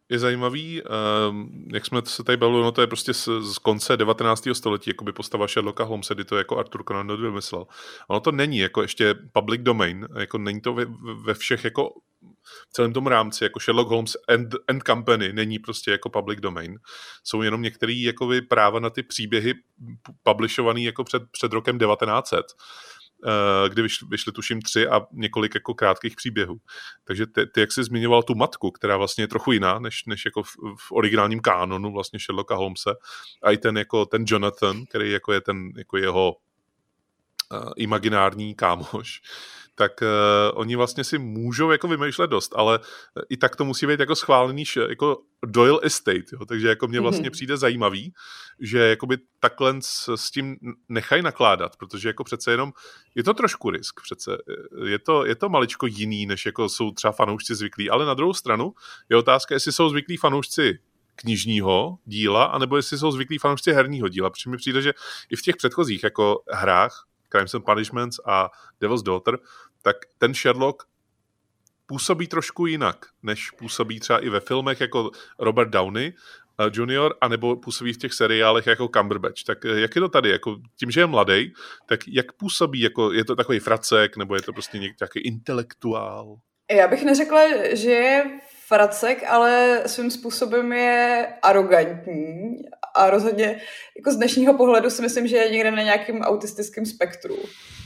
je zajímavý, jak jsme se tady bavili, no to je prostě z, z konce devatenáctého století, jakoby postava Sherlocka Holmesa, kdy to jako Arthur Conan Doyle vymyslel. Ono to není jako ještě public domain, jako není to ve, ve všech jako v celém tom rámci, jako Sherlock Holmes and, and Company není prostě jako public domain. Jsou jenom některé jakoby práva na ty příběhy publishované jako před, před rokem devatenáct set. Kdy vyšly, vyšly tuším tři a několik jako krátkých příběhů. Takže ty, ty jak jsi zmiňoval tu matku, která vlastně je trochu jiná, než, než jako v, v originálním kánonu vlastně Sherlocka Holmese, a i ten jako ten Jonathan, který jako je ten jako jeho uh, imaginární kámoš, tak uh, oni vlastně si můžou jako vymýšlet dost, ale i tak to musí být jako schválený jako Doyle Estate, jo? Takže jako mně vlastně přijde zajímavý, že jakoby takhle s tím nechají nakládat, protože jako přece jenom je to trošku risk, přece je to, je to maličko jiný, než jako jsou třeba fanoušci zvyklí, ale na druhou stranu je otázka, jestli jsou zvyklí fanoušci knižního díla, anebo jestli jsou zvyklí fanoušci herního díla, protože mi přijde, že i v těch předchozích jako hrách Crimes and Punishments a Devil's Daughter, tak ten Sherlock působí trošku jinak, než působí třeba i ve filmech jako Robert Downey junior, anebo působí v těch seriálech jako Cumberbatch. Tak jak je to tady? Jako tím, že je mladý, tak jak působí? Jako, je to takový fracek, nebo je to prostě nějaký intelektuál? Já bych neřekla, že je fracek, ale svým způsobem je arrogantní a rozhodně jako z dnešního pohledu si myslím, že je někde na nějakém autistickém spektru.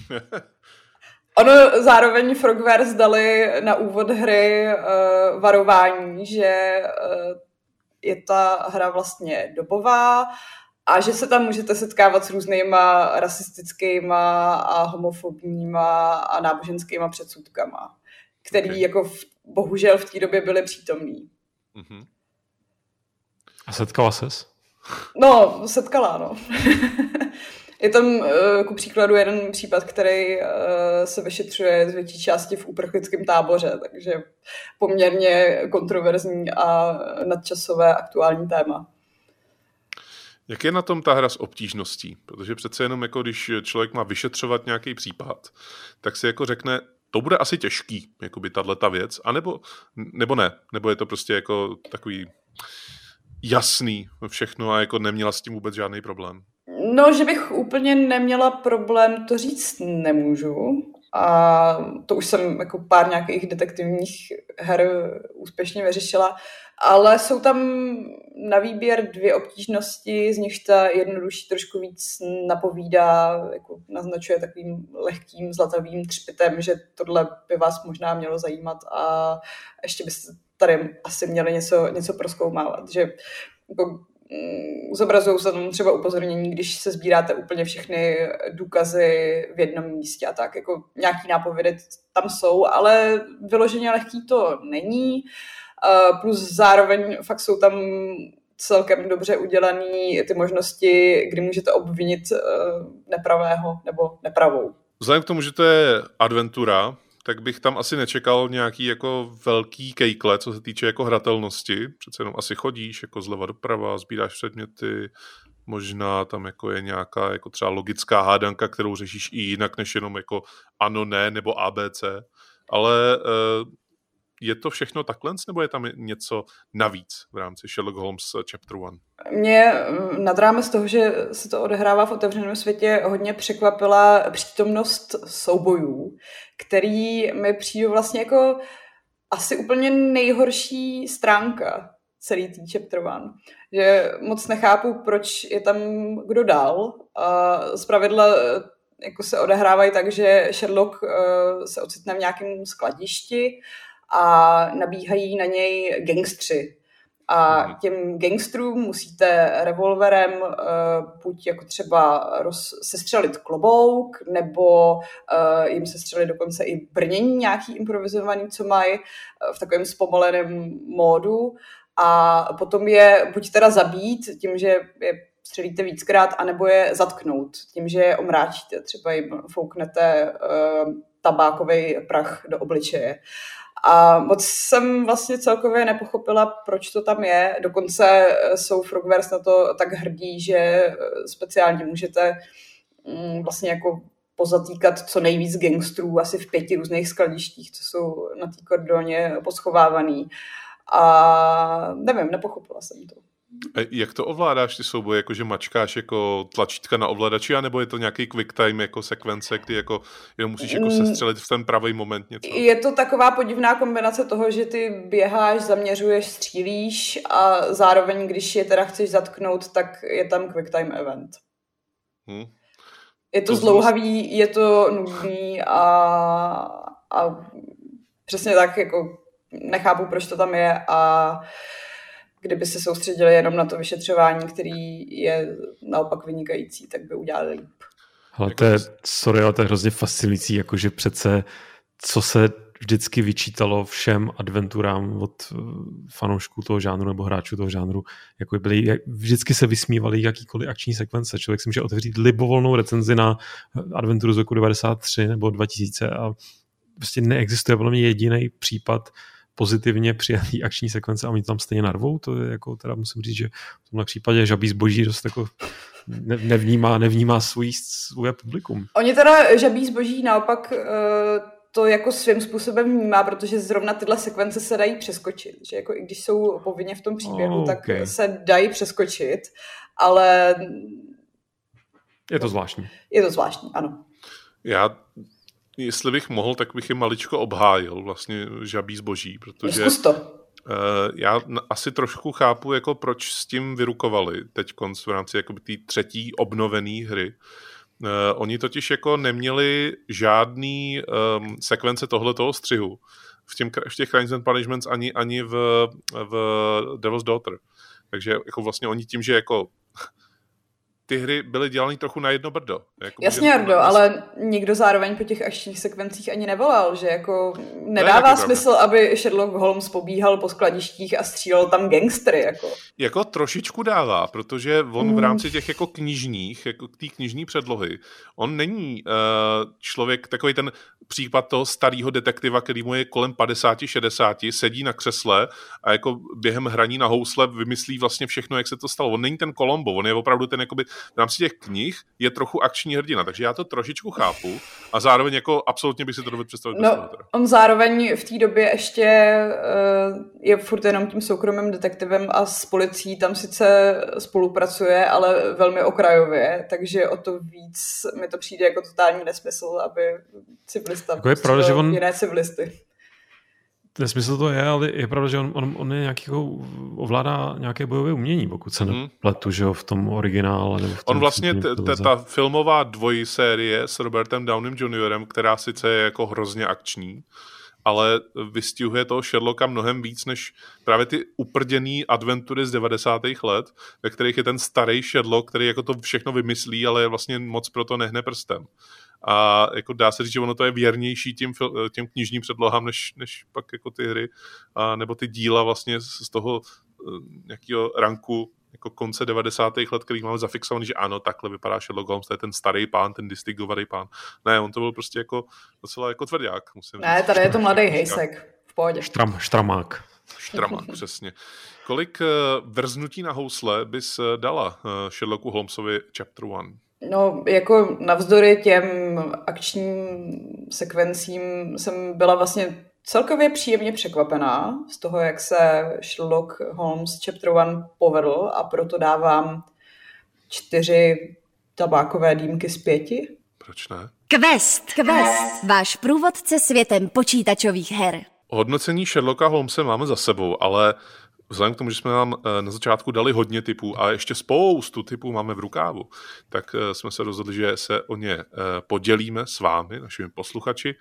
Ono zároveň Frogwares dali na úvod hry uh, varování, že uh, je ta hra vlastně dobová a že se tam můžete setkávat s různýma rasistickýma a homofobníma a náboženskýma předsudkama, který okay. jako v, bohužel v té době byly přítomný. Mm-hmm. A setkala ses? No, setkala, no. Je tam uh, ku příkladu jeden případ, který uh, se vyšetřuje z větší části v uprchlickém táboře, takže poměrně kontroverzní a nadčasové aktuální téma. Jak je na tom ta hra s obtížností? Protože přece jenom jako když člověk má vyšetřovat nějaký případ, tak si jako řekne, to bude asi těžký, jakoby tato věc, anebo nebo ne, nebo je to prostě jako takový jasný všechno a jako neměla s tím vůbec žádný problém. No, že bych úplně neměla problém, to říct nemůžu. A to už jsem jako pár nějakých detektivních her úspěšně vyřešila. Ale jsou tam na výběr dvě obtížnosti, z nichž ta jednodušší trošku víc napovídá, jako naznačuje takovým lehkým zlatavým třpitem, že tohle by vás možná mělo zajímat a ještě byste tady asi měli něco, něco prozkoumávat. Že jako zobrazují se tam třeba upozornění, když se sbíráte úplně všechny důkazy v jednom místě a tak, jako nějaký nápovědy tam jsou, ale vyloženě lehký to není, plus zároveň fakt jsou tam celkem dobře udělané ty možnosti, kdy můžete obvinit nepravého nebo nepravou. Vzhledem k tomu, že to je adventura, tak bych tam asi nečekal nějaký jako velký kejkle, co se týče jako hratelnosti. Přece jenom asi chodíš jako zleva doprava, sbíráš předměty, možná tam jako je nějaká jako třeba logická hádanka, kterou řešíš i jinak, než jenom jako ano, ne, nebo A B C. Ale je to všechno takhle, nebo je tam něco navíc v rámci Sherlock Holmes Chapter one? Mě nad rámec toho, že se to odehrává v otevřeném světě, hodně překvapila přítomnost soubojů, který mi přijde vlastně jako asi úplně nejhorší stránka celý tý Chapter one. Že moc nechápu, proč je tam kdo dál. A zpravidla jako se odehrávají tak, že Sherlock se ocitne v nějakém skladišti a nabíhají na něj gangstři. A těm gangstrům musíte revolverem uh, buď jako třeba roz, sestřelit klobouk, nebo uh, jim sestřelit dokonce i brnění nějaký improvizovaný, co mají uh, v takovém zpomaleném módu. A potom je buď teda zabít tím, že je střelíte víckrát, anebo je zatknout tím, že je omráčíte. Třeba jim fouknete uh, tabákový prach do obličeje. A moc jsem vlastně celkově nepochopila, proč to tam je. Dokonce jsou Frogwares na to tak hrdí, že speciálně můžete vlastně jako pozatýkat co nejvíc gangstrů asi v pěti různých skladištích, co jsou na té kordoně poschovávaný. A nevím, nepochopila jsem to. A jak to ovládáš ty souboje, jakože mačkáš jako tlačítka na ovladači, anebo je to nějaký quick time jako sekvence, kdy jako jenom musíš jako sestřelit v ten pravý moment něco? Je to taková podivná kombinace toho, že ty běháš, zaměřuješ, střílíš a zároveň, když je teda chceš zatknout, tak je tam quick time event. Hmm. Je to, to zdlouhavý, je to nudný a, a přesně tak jako nechápu, proč to tam je a kdyby se soustředili jenom na to vyšetřování, který je naopak vynikající, tak by udělali líp. Ale to je, sorry, ale to je hrozně fascinující, jakože přece, co se vždycky vyčítalo všem adventurám od fanoušků toho žánru nebo hráčů toho žánru, jako byli, vždycky se vysmívali jakýkoliv akční sekvence. Člověk si může otevřít libovolnou recenzi na adventuru z roku devadesát tři nebo dva tisíce a prostě neexistuje podle mě jediný případ pozitivně přijatý akční sekvence a oni tam stejně narvou, to je jako, teda musím říct, že v tomhle případě Žabí zboží dost jako ne, nevnímá, nevnímá svůj, svoje publikum. Oni teda Žabí zboží naopak uh, to jako svým způsobem vnímá, protože zrovna tyhle sekvence se dají přeskočit, že jako i když jsou povinně v tom příběhu, oh, okay. tak se dají přeskočit, ale je to zvláštní. Je to zvláštní, ano. Já jestli bych mohl, tak bych je maličko obhájil, vlastně Žabí zboží, protože uh, já asi trošku chápu, jako proč s tím vyrukovali teďkonc v rámci jako té třetí obnovené hry. Uh, oni totiž jako neměli žádný um, sekvence tohletoho střihu v, těm, v těch Crimes and Punishments ani, ani v, v Devil's Daughter. Takže jako vlastně oni tím, že jako ty hry byly dělané trochu na jedno brdo. Jako jasně, Jardo, ale nikdo zároveň po těch akčních sekvencích ani nevolal, že jako nedává smysl, pravda. Aby Sherlock Holmes pobíhal po skladištích a střílel tam gangstery. Jako, jako trošičku dává, protože on mm. v rámci těch jako knižních, jako té knižní předlohy, on není uh, člověk, takový ten případ toho starého detektiva, který mu je kolem padesát šedesát, sedí na křesle a jako během hraní na housle vymyslí vlastně všechno, jak se to stalo. On není ten Columbo, on je opravdu ten jakoby v rámci těch knih je trochu akční hrdina, takže já to trošičku chápu a zároveň jako absolutně bych si to dovedl představit. No, on zároveň v té době ještě uh, je furt jenom tím soukromým detektivem a s policií tam sice spolupracuje, ale velmi okrajově, takže o to víc mi to přijde jako totální nesmysl, aby civilista jako je pravda, že on... jiné civilisty. Nesmysl to je, ale je pravda, že on, on, on je nějaký, ovládá nějaké bojové umění, pokud se hmm. nepletu, že jo, v tom originále. Nebo v tom on vlastně, t- t- ta filmová dvojsérie s Robertem Downeym juniorem, která sice je jako hrozně akční, ale vystihuje toho Sherlocka mnohem víc, než právě ty uprděný adventury z devadesátých let, ve kterých je ten starý Sherlock, který jako to všechno vymyslí, ale vlastně moc pro to nehne prstem. A jako dá se říct, že ono to je věrnější tím, těm knižním předlohám, než, než pak jako ty hry, a nebo ty díla vlastně z toho nějakého ranku jako konce devadesátých let, který máme zafixovaný, že ano, takhle vypadá Sherlock Holmes, to je ten starý pán, ten distingovaný pán. Ne, on to byl prostě jako docela jako tvrdák, musím Ne, říct. Tady je to mladý hejsek, v pohodě. Štram, štramák. Štramák, přesně. Kolik vrznutí na housle bys dala Sherlocku Holmesovi Chapter one? No, jako navzdory těm akčním sekvencím jsem byla vlastně celkově příjemně překvapená z toho, jak se Sherlock Holmes Chapter one povedl a proto dávám čtyři tabákové dýmky z pěti. Proč ne? Quest. Quest. Váš průvodce světem počítačových her. Hodnocení Sherlocka Holmese máme za sebou, ale vzhledem k tomu, že jsme nám na začátku dali hodně tipů a ještě spoustu tipů máme v rukávu, tak jsme se rozhodli, že se o ně podělíme s vámi, našimi posluchači,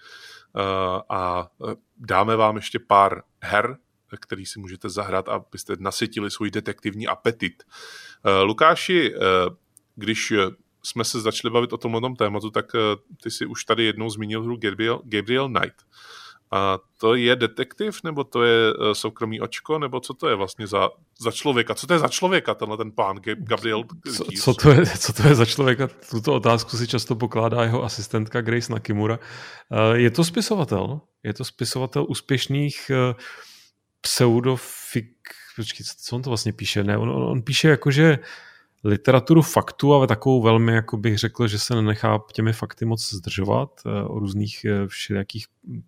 a dáme vám ještě pár her, který si můžete zahrát, abyste nasytili svůj detektivní apetit. Lukáši, když jsme se začali bavit o tomhle tématu, tak ty si už tady jednou zmínil hru Gabriel, Gabriel Knight. A to je detektiv, nebo to je soukromý očko, nebo co to je vlastně za, za člověka? Co to je za člověka, tenhle ten pán Gabriel? Co, co, to je, co to je za člověka? Tuto otázku si často pokládá jeho asistentka Grace Nakimura. Je to spisovatel. Je to spisovatel úspěšných pseudofik... Počkej, co on to vlastně píše? Ne, on, on píše jakože literaturu faktu, ale takovou velmi, jako bych řekl, že se nenechá těmi fakty moc zdržovat o různých všelijakých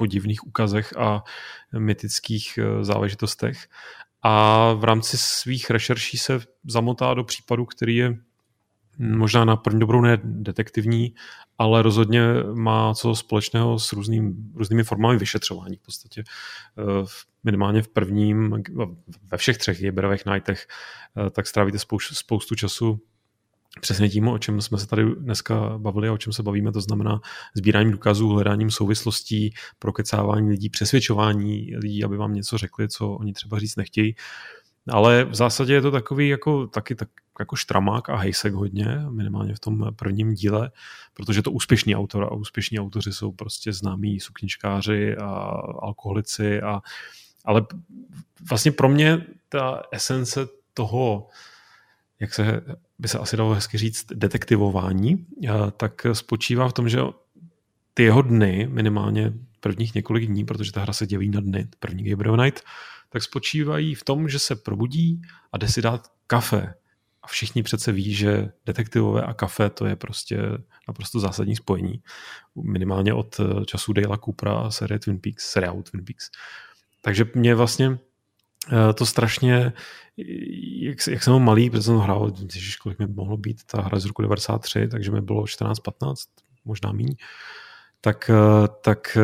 podivných úkazech a mytických záležitostech. A v rámci svých rešerší se zamotá do případu, který je možná na první dobrou ne detektivní, ale rozhodně má co společného s různým, různými formami vyšetřování. V podstatě minimálně v prvním, ve všech třech Gablerových Nightech, tak strávíte spoustu, spoustu času přesně tím, o čem jsme se tady dneska bavili a o čem se bavíme, to znamená sbíráním důkazů, hledáním souvislostí, prokecávání lidí, přesvědčování lidí, aby vám něco řekli, co oni třeba říct nechtějí. Ale v zásadě je to takový jako, taky tak, jako štramák a hejsek hodně, minimálně v tom prvním díle, protože to úspěšný autor a úspěšní autoři jsou prostě známí sukničkáři a alkoholici. A, ale vlastně pro mě ta esence toho, jak se by se asi dalo hezky říct, detektivování, tak spočívá v tom, že ty jeho dny, minimálně prvních několik dní, protože ta hra se dělí na dny, první Gabriel Knight, tak spočívají v tom, že se probudí a jde si dát kafe. A všichni přece ví, že detektivové a kafe to je prostě naprosto zásadní spojení. Minimálně od času Dale'a Coopera a série Twin Peaks, seriálu Twin Peaks. Takže mě vlastně to strašně, jak, jak jsem byl malý, protože jsem hrál, ježiš, kolik mi mohlo být, ta hra z roku devadesát tři, takže mi bylo čtrnáct patnáct, možná míň, tak, tak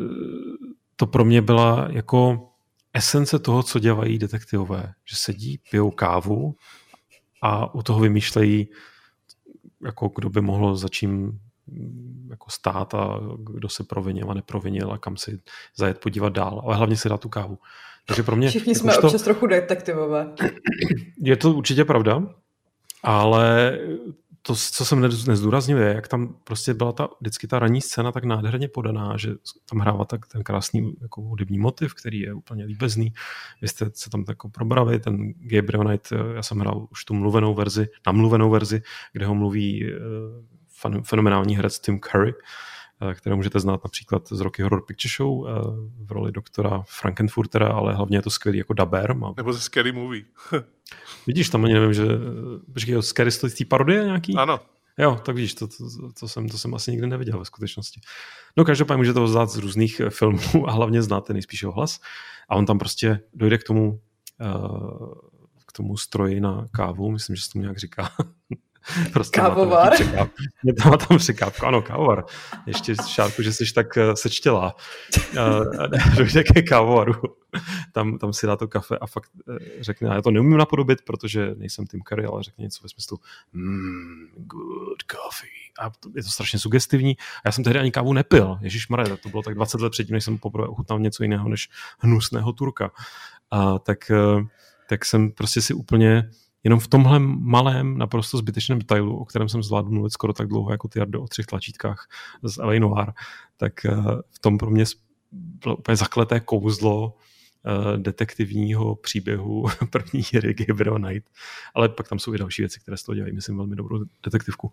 to pro mě byla jako esence toho, co dělají detektivové, že sedí, pijou kávu a u toho vymýšlejí, jako kdo by mohl za čím jako stát a kdo se provinil a neprovinil a kam si zajet podívat dál, ale hlavně si dát tu kávu. Takže pro mě, všichni jsme to, občas trochu detektivové. Je to určitě pravda, ale to, co jsem nezdůraznil, je, jak tam prostě byla ta, vždycky ta ranní scéna tak nádherně podaná, že tam hrává tak ten krásný jako hudební motiv, který je úplně líbezný. Vy jste se tam jako probrali, ten Gabriel Knight, já jsem hrál už tu mluvenou verzi, namluvenou verzi, kde ho mluví fenomenální herec Tim Curry, které můžete znát například z Rocky Horror Picture Show v roli doktora Frankenfurtera, ale hlavně je to skvělý jako dabér. Má... Nebo ze Scary Movie. Vidíš, tam ani nevím, že... Počkej, Scary Story z té parodie nějaký? Ano. Jo, tak vidíš, to, to, to, jsem, to jsem asi nikdy neviděl ve skutečnosti. No každopádně můžete ho znát z různých filmů a hlavně znáte nejspíš jeho hlas. A on tam prostě dojde k tomu, k tomu stroji na kávu, myslím, že se tomu nějak říká. Prostě kávovar. Mě tam má tam překápku, ano, kávovar. Ještě Šárku, že jsi tak sečtělá. Dojde ke kávovaru. Tam, tam si dá to kafe a fakt řekne, já to neumím napodobit, protože nejsem Tim Curry, ale řekne něco ve smyslu mm, good coffee. A to, je to strašně sugestivní. A já jsem tehdy ani kávu nepil. Ježišmarja, to bylo tak dvacet let předtím, než jsem poprvé ochutnal něco jiného než hnusného Turka. A tak, tak jsem prostě si úplně jenom v tomhle malém, naprosto zbytečném detailu, o kterém jsem zvládl mluvit skoro tak dlouho jako ty Jardo o třech tlačítkách z L A Noir, tak v tom pro mě bylo úplně zakleté kouzlo detektivního příběhu první hry Gabriel Knight. Ale pak tam jsou i další věci, které z toho dělají, myslím, velmi dobrou detektivku.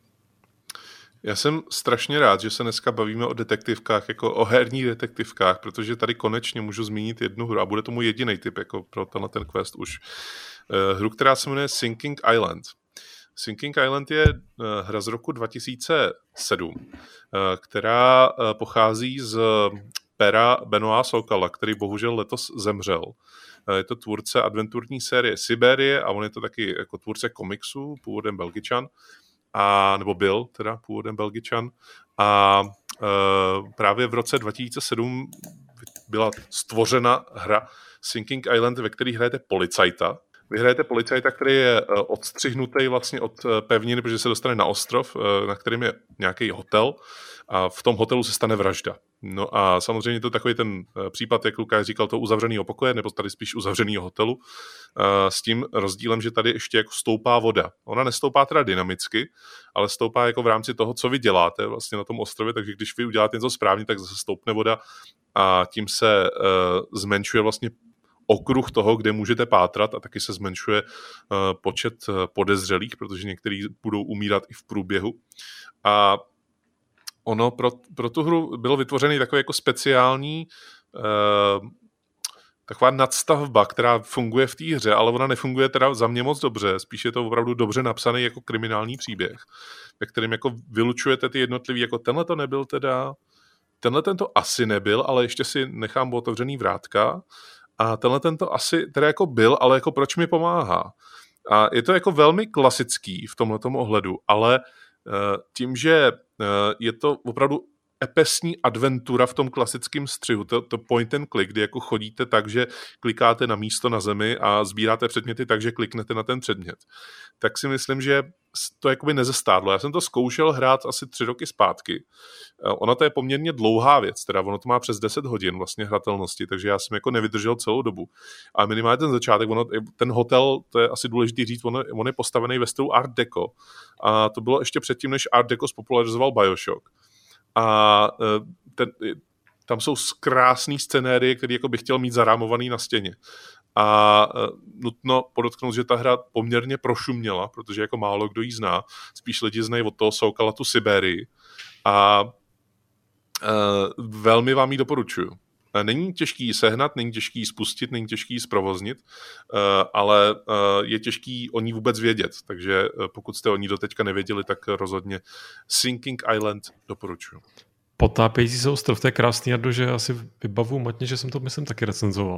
Já jsem strašně rád, že se dneska bavíme o detektivkách, jako o herních detektivkách, protože tady konečně můžu zmínit jednu hru a bude to můj jediný tip jako pro tenhle ten quest už. Hru, která se jmenuje Sinking Island. Sinking Island je hra z roku dva tisíce sedm, která pochází z pera Benoîta Sokala, který bohužel letos zemřel. Je to tvůrce adventurní série Siberie a on je to taky jako tvůrce komiksů, původem Belgičan, a, nebo byl teda původem Belgičan. A e, právě v roce dva tisíce sedm byla stvořena hra Sinking Island, ve které hrajete policajta. Vy hrajete policajta, který je odstřihnutý vlastně od pevniny, protože se dostane na ostrov, na kterém je nějaký hotel a v tom hotelu se stane vražda. No a samozřejmě to takový ten případ, jak Lukáš říkal, toho uzavřeného pokoje, nebo tady spíš uzavřeného hotelu, s tím rozdílem, že tady ještě jako stoupá voda. Ona nestoupá teda dynamicky, ale stoupá jako v rámci toho, co vy děláte vlastně na tom ostrově, takže když vy uděláte něco správně, tak zase stoupne voda a tím se uh, zmenšuje vlastně okruh toho, kde můžete pátrat a taky se zmenšuje uh, počet uh, podezřelých, protože někteří budou umírat i v průběhu. A ono pro, pro tu hru bylo vytvořený takový jako speciální uh, taková nadstavba, která funguje v té hře, ale ona nefunguje teda za mě moc dobře, spíš je to opravdu dobře napsaný jako kriminální příběh, ve kterém jako vylučujete ty jednotlivý, jako tenhle to nebyl teda tenhle tento asi nebyl, ale ještě si nechám otevřený vrátka a tenhle tento asi teda jako byl, ale jako proč mi pomáhá. A je to jako velmi klasický v tomhletom ohledu, ale tím, že je to opravdu epesní adventura v tom klasickém střihu, to, to point and click, kdy jako chodíte tak, že klikáte na místo na zemi a sbíráte předměty tak, že kliknete na ten předmět. Tak si myslím, že to jakoby nezestádlo. Já jsem to zkoušel hrát asi tři roky zpátky. Ona to je poměrně dlouhá věc, teda ono to má přes deset hodin vlastně hratelnosti, takže já jsem jako nevydržel celou dobu. A minimálně ten začátek, ono, ten hotel, to je asi důležitý říct, on, on je postavený ve stylu Art Deco. A to bylo ještě předtím, než Art Deco spopularizoval BioShock. A ten, tam jsou krásné scenérie, které jako bych chtěl mít zarámovaný na stěně. A nutno podotknout, že ta hra poměrně prošuměla, protože jako málo kdo jí zná. Spíš lidi znají od toho Soukala tu Siberii. A uh, velmi vám ji doporučuju. Není těžký ji sehnat, není těžký ji spustit, není těžký ji zprovoznit, uh, ale uh, je těžký o ní vůbec vědět. Takže uh, pokud jste o ní doteďka nevěděli, tak rozhodně Sinking Island doporučuju. Potápějící se ostrov, to je krásný, Jardo, že asi vybavu matně, že jsem to, myslím, taky recenzoval.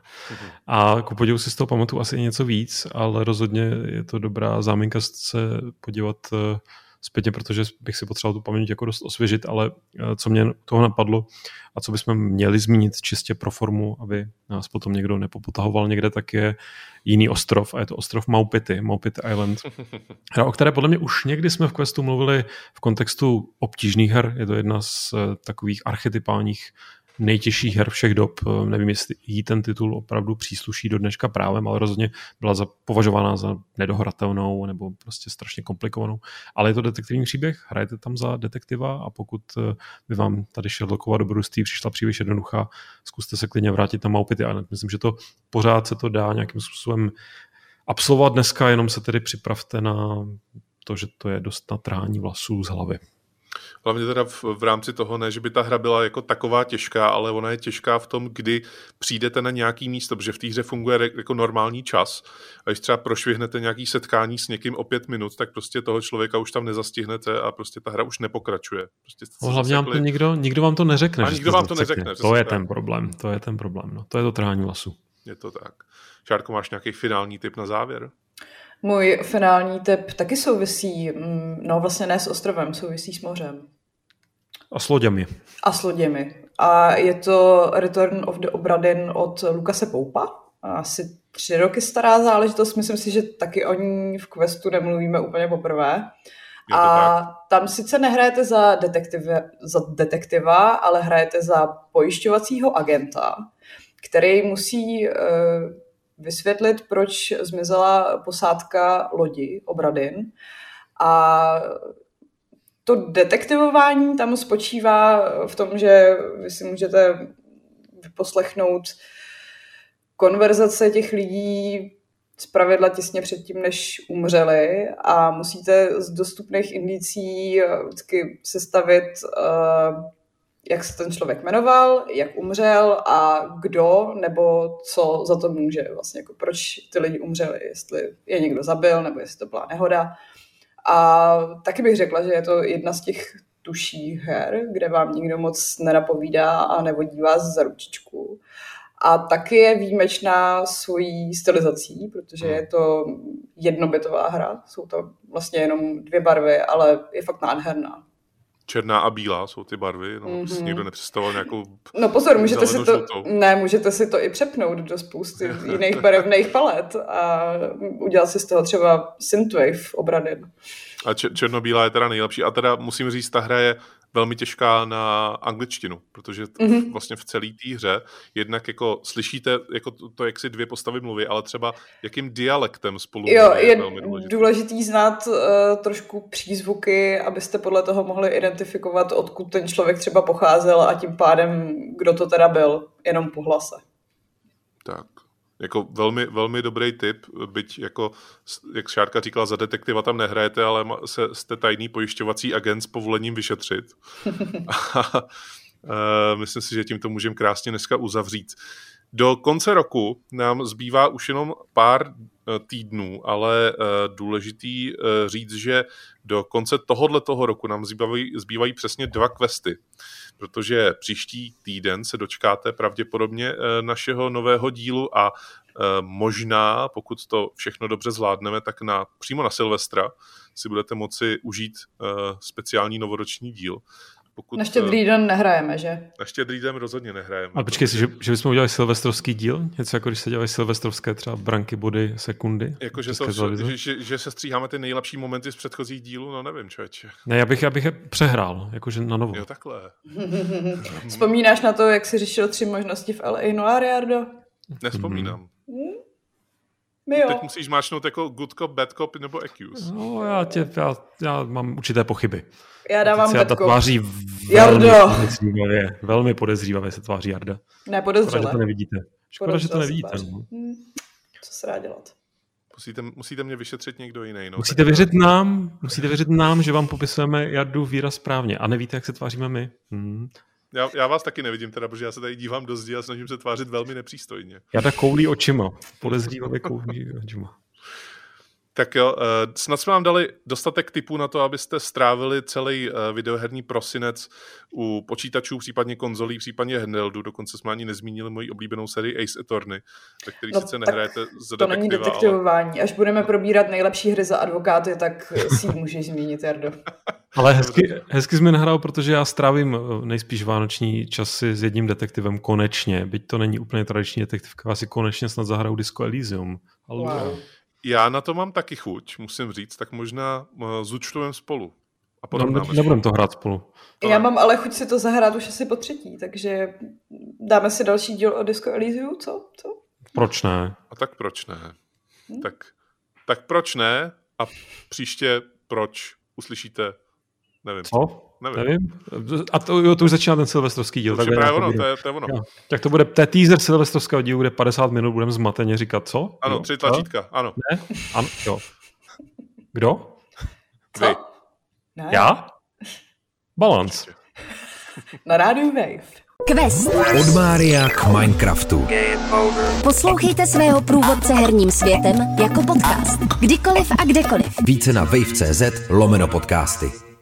A ku podivu si z toho pamatuju asi něco víc, ale rozhodně je to dobrá záminka se podívat zpětně, protože bych si potřeboval tu paměť jako dost osvěžit, ale co mě toho napadlo a co bychom měli zmínit čistě pro formu, aby nás potom někdo nepopotahoval někde, tak je jiný ostrov a je to ostrov Maupity, Maupity Island. Hra, o které podle mě už někdy jsme v Questu mluvili v kontextu obtížných her, je to jedna z takových archetypálních nejtěžších her všech dob. Nevím, jestli jí ten titul opravdu přísluší do dneška právem, ale rozhodně byla za, považována za nedohratelnou nebo prostě strašně komplikovanou. Ale je to detektivní příběh, hrajete tam za detektiva a pokud by vám tady Sherlockova dobrodružství přišla příliš jednoduchá, zkuste se klidně vrátit na Maupity Island. Myslím, že to pořád se to dá nějakým způsobem absolvovat dneska, jenom se tedy připravte na to, že to je dost na trhání vlasů z hlavy. Hlavně teda v, v rámci toho, ne, že by ta hra byla jako taková těžká, ale ona je těžká v tom, kdy přijdete na nějaký místo, protože v té hře funguje jako normální čas. A když třeba prošvihnete nějaký setkání s někým o pět minut, tak prostě toho člověka už tam nezastihnete a prostě ta hra už nepokračuje. Prostě no, hlavně vám to nikdo, nikdo vám to neřekne. A nikdo vám to neřekne. To je ten problém, to je ten problém. No. To je to trhání vlasu. Je to tak. Šárko, máš nějaký finální tip na závěr? Můj finální tip taky souvisí, no vlastně ne s ostrovem, souvisí s mořem. A s loděmi. A s loděmi. A je to Return of the Obra Dinn od Lukase Poupa. Asi tři roky stará záležitost. Myslím si, že taky o ní v Questu nemluvíme úplně poprvé. A tak. Tam sice nehrajete za, za detektiva, ale hrajete za pojišťovacího agenta, který musí uh, vysvětlit, proč zmizela posádka lodi Obra Dinn. A to detektivování tam spočívá v tom, že vy si můžete vyposlechnout konverzace těch lidí zpravidla těsně předtím, než umřeli a musíte z dostupných indicí vždycky sestavit, jak se ten člověk jmenoval, jak umřel a kdo nebo co za to může. Vlastně jako proč ty lidi umřeli, jestli je někdo zabil nebo jestli to byla nehoda. A taky bych řekla, že je to jedna z těch tuších her, kde vám nikdo moc nenapovídá a nevodí vás za ručičku. A taky je výjimečná svojí stylizací, protože je to jednobitová hra. Jsou to vlastně jenom dvě barvy, ale je fakt nádherná. Černá a bílá jsou ty barvy, no, mm-hmm. si někdo nepředstavoval nějakou... No pozor, můžete si to, ne, můžete si to i přepnout do spousty jiných barevných palet a udělat si z toho třeba Synthwave Obra Dinn. A černobílá je teda nejlepší. A teda musím říct, ta hra je velmi těžká na angličtinu, protože mm-hmm. vlastně v celé té hře jednak jako slyšíte jako to, to, jak si dvě postavy mluví, ale třeba jakým dialektem spolu jo, je, je velmi důležitý. důležitý znát uh, trošku přízvuky, abyste podle toho mohli identifikovat, odkud ten člověk třeba pocházel a tím pádem, kdo to teda byl, jenom po hlase. Tak. Jako velmi, velmi dobrý tip, byť jako, jak Šárka říkala, za detektiva tam nehrajete, ale se, jste tajný pojišťovací agent s povolením vyšetřit. A, myslím si, že tím to můžeme krásně dneska uzavřít. Do konce roku nám zbývá už jenom pár týdnů, ale důležitý říct, že do konce tohoto roku nám zbývají, zbývají přesně dva questy, protože příští týden se dočkáte pravděpodobně našeho nového dílu a možná, pokud to všechno dobře zvládneme, tak na, přímo na Silvestra si budete moci užít speciální novoroční díl. Pokud, na Štědrý den nehrajeme, že? Na Štědrý den rozhodně nehrajeme. A počkej si, že, že bychom udělali silvestrovský díl? Něco jako když se dělají silvestrovské třeba branky, body, sekundy? Jako, že, to, že, že, že se stříháme ty nejlepší momenty z předchozích dílů? No nevím, člověče. Ne, já bych, já bych je přehrál, jakože na novo. Jo, takhle. Vzpomínáš na to, jak jsi řešil tři možnosti v L A Noir, Jardo? Nevzpomínám. Hmm. My jo. Teď musíš máčnout jako good cop, bad cop nebo accuse. No, já, tě, já, já mám určité pochyby. Já dávám bad cop. Tváří velmi podezřívavě. Velmi podezřívavě se tváří Jarda. Ne, podezřele. Škoda, že to nevidíte. Škoda, že to nevidíte. No. Hmm. Co se dá dělat? Musíte, musíte mě vyšetřit někdo jiný. No. Musíte věřit nám, musíte věřit nám, že vám popisujeme Jardu výraz správně a nevíte, jak se tváříme my. Hmm. Já, já vás taky nevidím teda, protože já se tady dívám do zdi a snažím se tvářit velmi nepřístojně. Jarda koulí očima. Podezřívavě koulí očima. Tak jo, snad jsme vám dali dostatek tipů na to, abyste strávili celý videoherní prosinec u počítačů, případně konzolí, případně handheldu. Dokonce jsme ani nezmínili moji oblíbenou sérii Ace Attorney, ve který no, sice nehrajete za to detektiva. Není detektivování. Ale... Až budeme probírat nejlepší hry za advokáty, tak si ji můžeš zmínit, Jardo. Ale hezky, hezky jsi mi nahrál, protože já strávím nejspíš vánoční časy s jedním detektivem konečně. Byť to není úplně tradiční detektivka, já si konečně snad zahraju Disco Elysium. Wow. Já na to mám taky chuť, musím říct, tak možná zúčtujeme spolu. A no, nebudeme to hrát spolu. Já mám ale chuť si to zahrát už asi po třetí, takže dáme si další díl o Disco Elysium, co? co? Proč ne? A tak proč ne? Hmm? Tak, tak proč ne? A příště proč uslyšíte, nevím. Co? Nevím. Nevím. A to, jo, to už začíná ten silvestrovský díl. To, tak právě ono, to, je, to je ono. Jo. Tak to bude, to je teaser silvestrovského dílu, kde padesát minut budeme zmateně říkat, co? Ano, jo? tři tlačítka, ano. Ne? Ano, jo. Kdo? Co? Vy. Ne. Já? Balance. Na rádiu Wave. Quest. Od Mária k Minecraftu. Poslouchejte svého průvodce herním světem jako podcast. Kdykoliv a kdekoliv. Více na wave tečka cz lomeno podcasty.